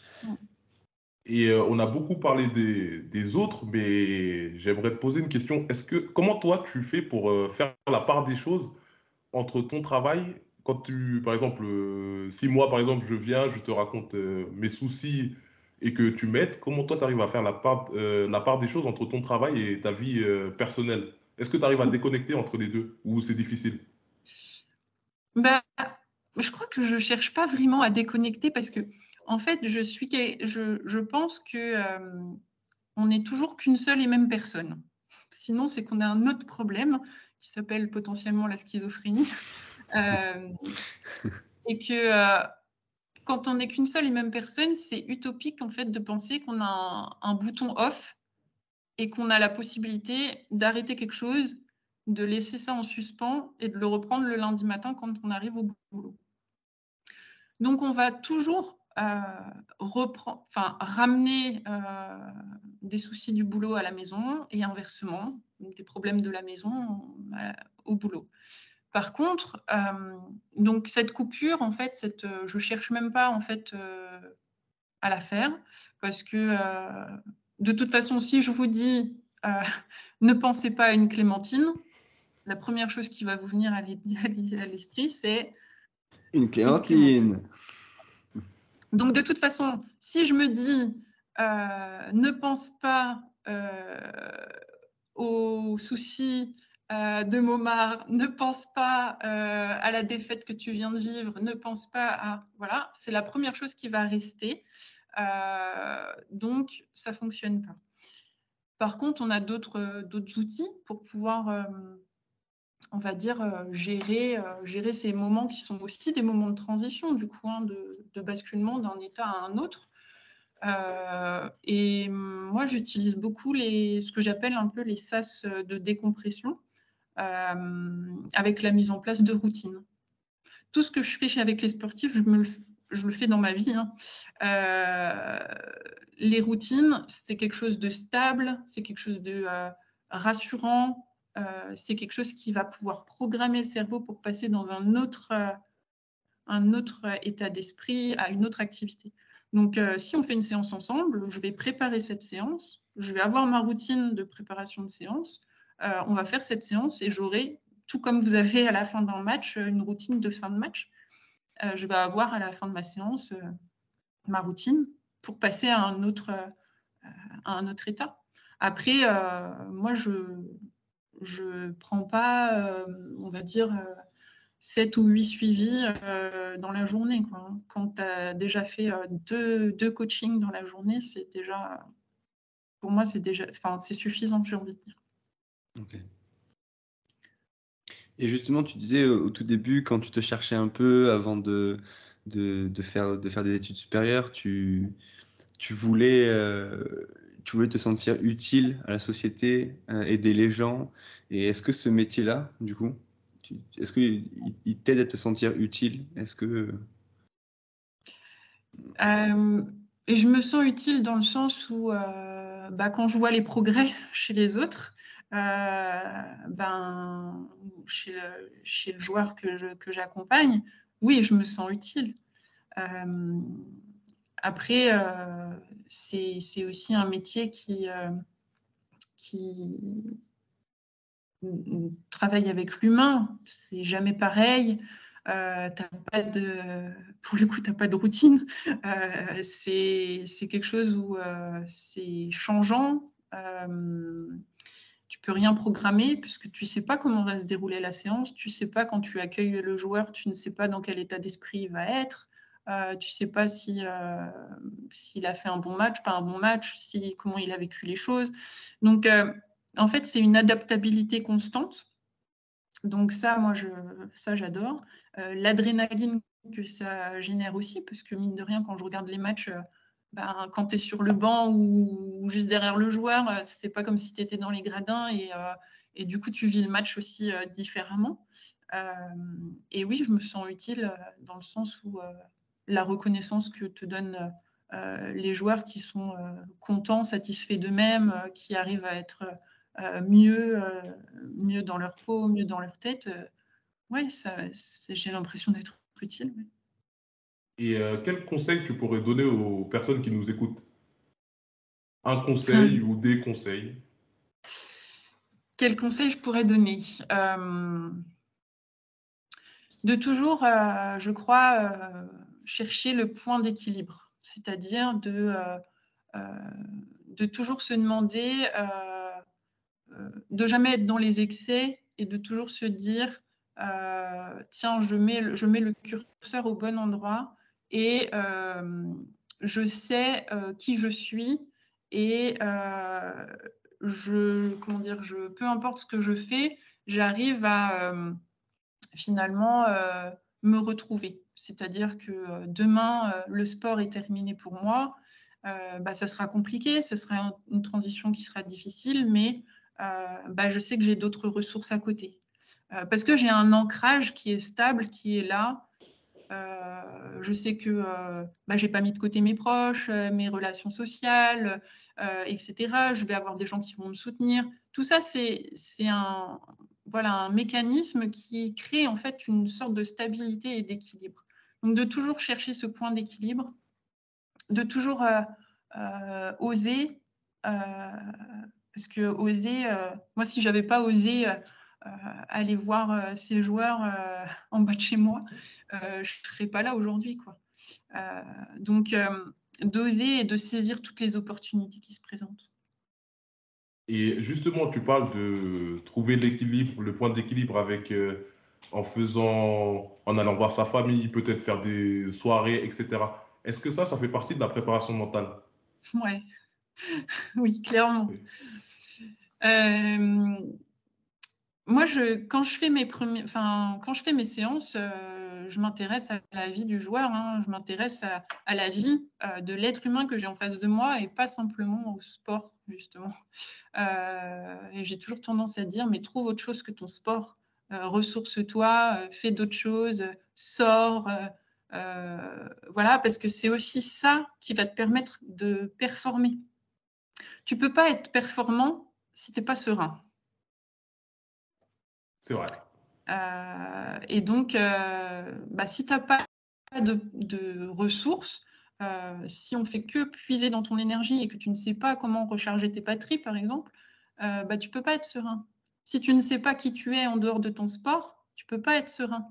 Et on a beaucoup parlé des autres, mais j'aimerais te poser une question. Comment toi tu fais pour faire la part des choses entre ton travail, quand par exemple, si moi par exemple je viens, je te raconte mes soucis et que tu m'aides, comment toi tu arrives à faire la part des choses entre ton travail et ta vie personnelle? Est-ce que tu arrives à déconnecter entre les deux ou c'est difficile? Je crois que je ne cherche pas vraiment à déconnecter parce que, en fait, je pense que on n'est toujours qu'une seule et même personne. Sinon, c'est qu'on a un autre problème qui s'appelle potentiellement la schizophrénie. Et que quand on n'est qu'une seule et même personne, c'est utopique en fait de penser qu'on a un bouton off et qu'on a la possibilité d'arrêter quelque chose, de laisser ça en suspens et de le reprendre le lundi matin quand on arrive au boulot. Donc, on va toujours ramener des soucis du boulot à la maison et inversement, des problèmes de la maison au boulot. Par contre, donc cette coupure, en fait, je cherche même pas en fait à la faire parce que de toute façon, si je vous dis ne pensez pas à une clémentine, la première chose qui va vous venir à l'esprit, c'est une clémentine. Donc, de toute façon, si je me dis ne pense pas aux soucis de Momar, ne pense pas à la défaite que tu viens de vivre, ne pense pas à... Voilà, c'est la première chose qui va rester. Donc, ça ne fonctionne pas. Par contre, on a d'autres outils pour pouvoir... on va dire, gérer ces moments qui sont aussi des moments de transition, du coup, de basculement d'un état à un autre. Et moi, j'utilise beaucoup ce que j'appelle un peu les sas de décompression avec la mise en place de routines. Tout ce que je fais avec les sportifs, je le fais dans ma vie. Les routines, c'est quelque chose de stable, c'est quelque chose de rassurant, c'est quelque chose qui va pouvoir programmer le cerveau pour passer dans un autre état d'esprit, à une autre activité. Donc, si on fait une séance ensemble, je vais préparer cette séance, je vais avoir ma routine de préparation de séance, on va faire cette séance et j'aurai, tout comme vous avez à la fin d'un match, une routine de fin de match, je vais avoir à la fin de ma séance ma routine pour passer à un autre état. Après, moi, je prends pas, on va dire, 7 ou 8 suivis dans la journée, quoi. Quand tu as déjà fait deux coachings dans la journée, c'est déjà, pour moi, c'est suffisant, j'ai envie de dire. Ok. Et justement, tu disais au tout début, quand tu te cherchais un peu avant de faire des études supérieures, tu voulais te sentir utile à la société, aider les gens. Et est-ce que ce métier-là, du coup, est-ce qu'il t'aide à te sentir utile? Est-ce que... Et je me sens utile dans le sens où quand je vois les progrès chez les autres, chez le joueur que j'accompagne, oui, je me sens utile. Après, c'est aussi un métier qui travaille avec l'humain. C'est jamais pareil. Pour le coup, tu n'as pas de routine. C'est quelque chose où c'est changeant. Tu peux rien programmer puisque tu ne sais pas comment va se dérouler la séance. Tu ne sais pas quand tu accueilles le joueur, tu ne sais pas dans quel état d'esprit il va être. Tu ne sais pas s'il a fait un bon match, pas un bon match, comment il a vécu les choses. Donc, en fait, c'est une adaptabilité constante. Donc ça, moi, j'adore. L'adrénaline que ça génère aussi, parce que mine de rien, quand je regarde les matchs, quand tu es sur le banc ou juste derrière le joueur, c'est pas comme si tu étais dans les gradins et du coup, tu vis le match aussi différemment. Et oui, je me sens utile dans le sens où la reconnaissance que te donnent les joueurs qui sont contents, satisfaits d'eux-mêmes, qui arrivent à être mieux dans leur peau, mieux dans leur tête. Ouais, j'ai l'impression d'être utile. Ouais. Et quel conseil tu pourrais donner aux personnes qui nous écoutent? Un conseil ou des conseils? Quel conseil je pourrais donner? De toujours, je crois, chercher le point d'équilibre, c'est-à-dire de toujours se demander, de jamais être dans les excès et de toujours se dire, tiens, je mets le curseur au bon endroit et je sais qui je suis et peu importe ce que je fais, j'arrive à finalement me retrouver. C'est-à-dire que demain, le sport est terminé pour moi. Ça sera compliqué, ce sera une transition qui sera difficile, mais je sais que j'ai d'autres ressources à côté. Parce que j'ai un ancrage qui est stable, qui est là. Je sais que j'ai pas mis de côté mes proches, mes relations sociales, etc. Je vais avoir des gens qui vont me soutenir. Tout ça, c'est un mécanisme qui crée en fait une sorte de stabilité et d'équilibre. Donc de toujours chercher ce point d'équilibre, de toujours oser, parce que oser, moi si j'avais pas osé aller voir ces joueurs en bas de chez moi, je ne serais pas là aujourd'hui, quoi. Donc, d'oser et de saisir toutes les opportunités qui se présentent. Et justement, tu parles de trouver l'équilibre, le point d'équilibre avec en allant voir sa famille, peut-être faire des soirées, etc. Est-ce que ça fait partie de la préparation mentale? Ouais, oui, clairement. Oui. Moi, quand je fais mes séances, je m'intéresse à la vie du joueur, hein. Je m'intéresse à la vie de l'être humain que j'ai en face de moi et pas simplement au sport, justement. Et j'ai toujours tendance à dire, mais trouve autre chose que ton sport. Ressource-toi, fais d'autres choses, sors. Voilà, parce que c'est aussi ça qui va te permettre de performer. Tu peux pas être performant si tu n'es pas serein. C'est vrai. Et donc, si tu n'as pas de ressources, si on fait que puiser dans ton énergie et que tu ne sais pas comment recharger tes batteries, par exemple, tu ne peux pas être serein. Si tu ne sais pas qui tu es en dehors de ton sport, tu ne peux pas être serein.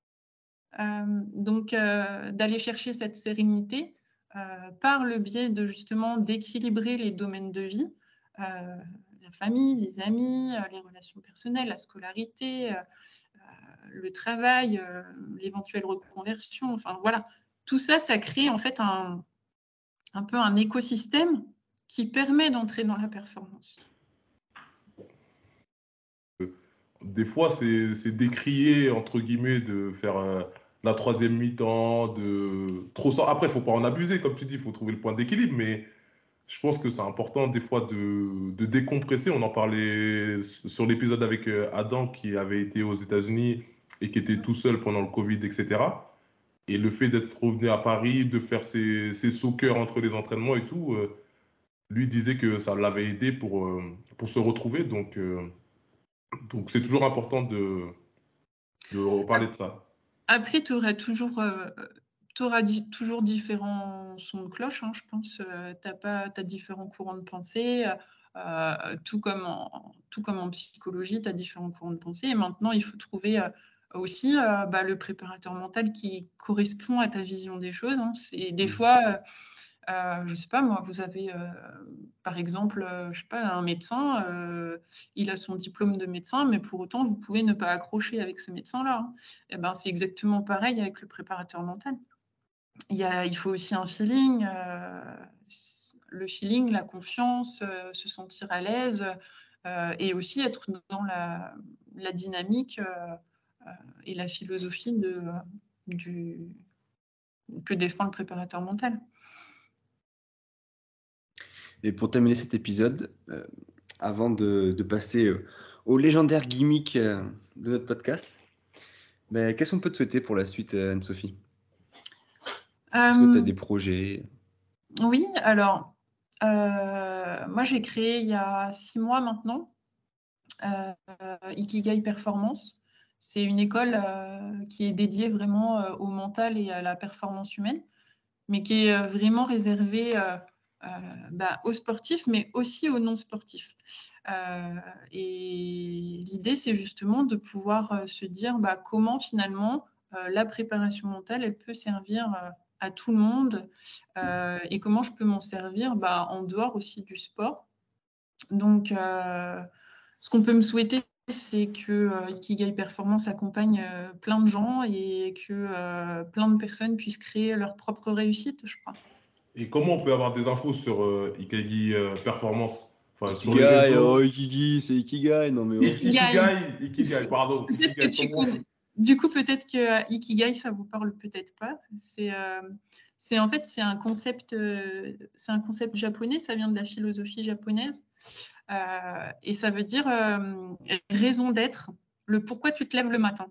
Donc, d'aller chercher cette sérénité par le biais de justement d'équilibrer les domaines de vie, la famille, les amis, les relations personnelles, la scolarité, le travail, l'éventuelle reconversion, enfin voilà. Tout ça, ça crée en fait un peu un écosystème qui permet d'entrer dans la performance. Des fois, c'est décrié, entre guillemets, de faire la troisième mi-temps, de trop ça. Après, il ne faut pas en abuser, comme tu dis, il faut trouver le point d'équilibre, mais je pense que c'est important des fois de décompresser. On en parlait sur l'épisode avec Adam qui avait été aux États-Unis et qui était tout seul pendant le Covid, etc. Et le fait d'être revenu à Paris, de faire ses soccer entre les entraînements et tout, lui disait que ça l'avait aidé pour se retrouver. Donc c'est toujours important de reparler de ça. Après, tu auras toujours différents sons de cloche, hein, je pense. Tu as différents courants de pensée, tout comme en psychologie, tu as différents courants de pensée. Et maintenant, il faut trouver aussi le préparateur mental qui correspond à ta vision des choses, hein. C'est des fois, je ne sais pas moi, vous avez par exemple, je sais pas, un médecin, il a son diplôme de médecin, mais pour autant, vous pouvez ne pas accrocher avec ce médecin-là, hein. Et ben, c'est exactement pareil avec le préparateur mental. Il faut aussi un feeling, le feeling, la confiance, se sentir à l'aise et aussi être dans la dynamique et la philosophie que défend le préparateur mental. Et pour terminer cet épisode, avant de passer au légendaire gimmick de notre podcast, qu'est-ce qu'on peut te souhaiter pour la suite, Anne-Sophie? Est-ce que tu as des projets? Oui, alors, moi j'ai créé il y a 6 mois maintenant Ikigai Performance. C'est une école qui est dédiée vraiment au mental et à la performance humaine, mais qui est vraiment réservée aux sportifs, mais aussi aux non-sportifs. Et l'idée, c'est justement de pouvoir se dire comment finalement la préparation mentale, elle peut servir à tout le monde et comment je peux m'en servir en dehors aussi du sport. Donc, ce qu'on peut me souhaiter, c'est que Ikigai Performance accompagne plein de gens et que plein de personnes puissent créer leur propre réussite, je crois. Et comment on peut avoir des infos sur Ikigai Performance? Enfin, sur les Ikigai, réseaux. oh, Ikigi, c'est Ikigai, non mais oh. Ikigai, pardon. Peut-être que Ikigai, comment du coup, peut-être que Ikigai, ça vous parle peut-être pas. En fait, c'est un concept japonais, ça vient de la philosophie japonaise. Et ça veut dire raison d'être, le pourquoi tu te lèves le matin.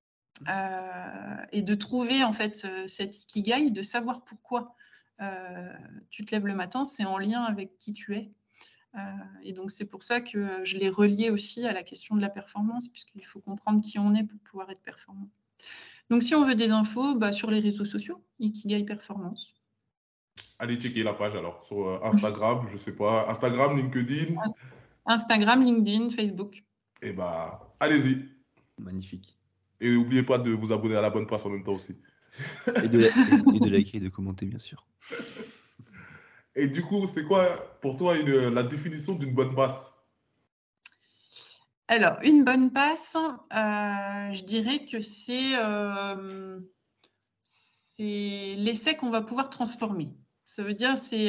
Et de trouver en fait cet Ikigai, de savoir pourquoi tu te lèves le matin, c'est en lien avec qui tu es. Et donc c'est pour ça que je l'ai relié aussi à la question de la performance, puisqu'il faut comprendre qui on est pour pouvoir être performant. Donc si on veut des infos, sur les réseaux sociaux, Ikigai Performance. Allez checker la page alors, sur Instagram, je sais pas, Instagram, LinkedIn. Instagram, LinkedIn, Facebook. Et allez-y. Magnifique. Et n'oubliez pas de vous abonner à La Bonne Passe en même temps aussi. Et de liker et de commenter, bien sûr. Et du coup, c'est quoi pour toi la définition d'une bonne passe? Alors, une bonne passe, je dirais que c'est l'essai qu'on va pouvoir transformer. Ça veut dire c'est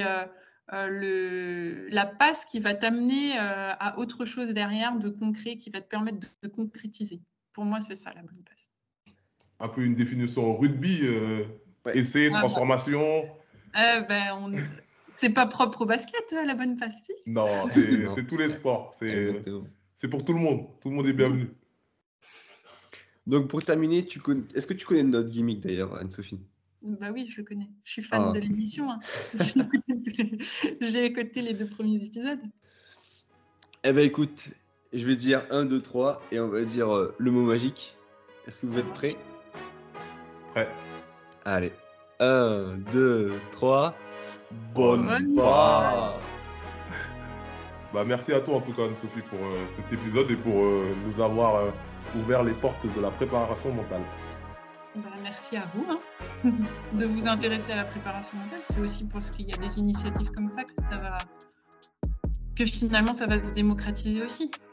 la passe qui va t'amener à autre chose derrière de concret, qui va te permettre de concrétiser. Pour moi, c'est ça la bonne passe. Un peu une définition en rugby, essai, transformation. C'est pas propre au basket, la bonne passe, si. Non, c'est tous les sports. C'est pour tout le monde. Tout le monde est bienvenu. Donc pour terminer, est-ce que tu connais notre gimmick d'ailleurs, Anne-Sophie? Bah oui, je le connais. Je suis fan de l'émission. Hein. J'ai écouté les 2 premiers épisodes. Eh ben écoute, je vais dire 1, 2, 3 et on va dire le mot magique. Est-ce que vous êtes prêts? Prêt. Allez. 1, 2, 3. Bonne passe. Merci à toi en tout cas, Anne-Sophie, pour cet épisode et pour nous avoir ouvert les portes de la préparation mentale. Merci à vous de vous intéresser à la préparation mentale. C'est aussi parce qu'il y a des initiatives comme ça que finalement ça va se démocratiser aussi.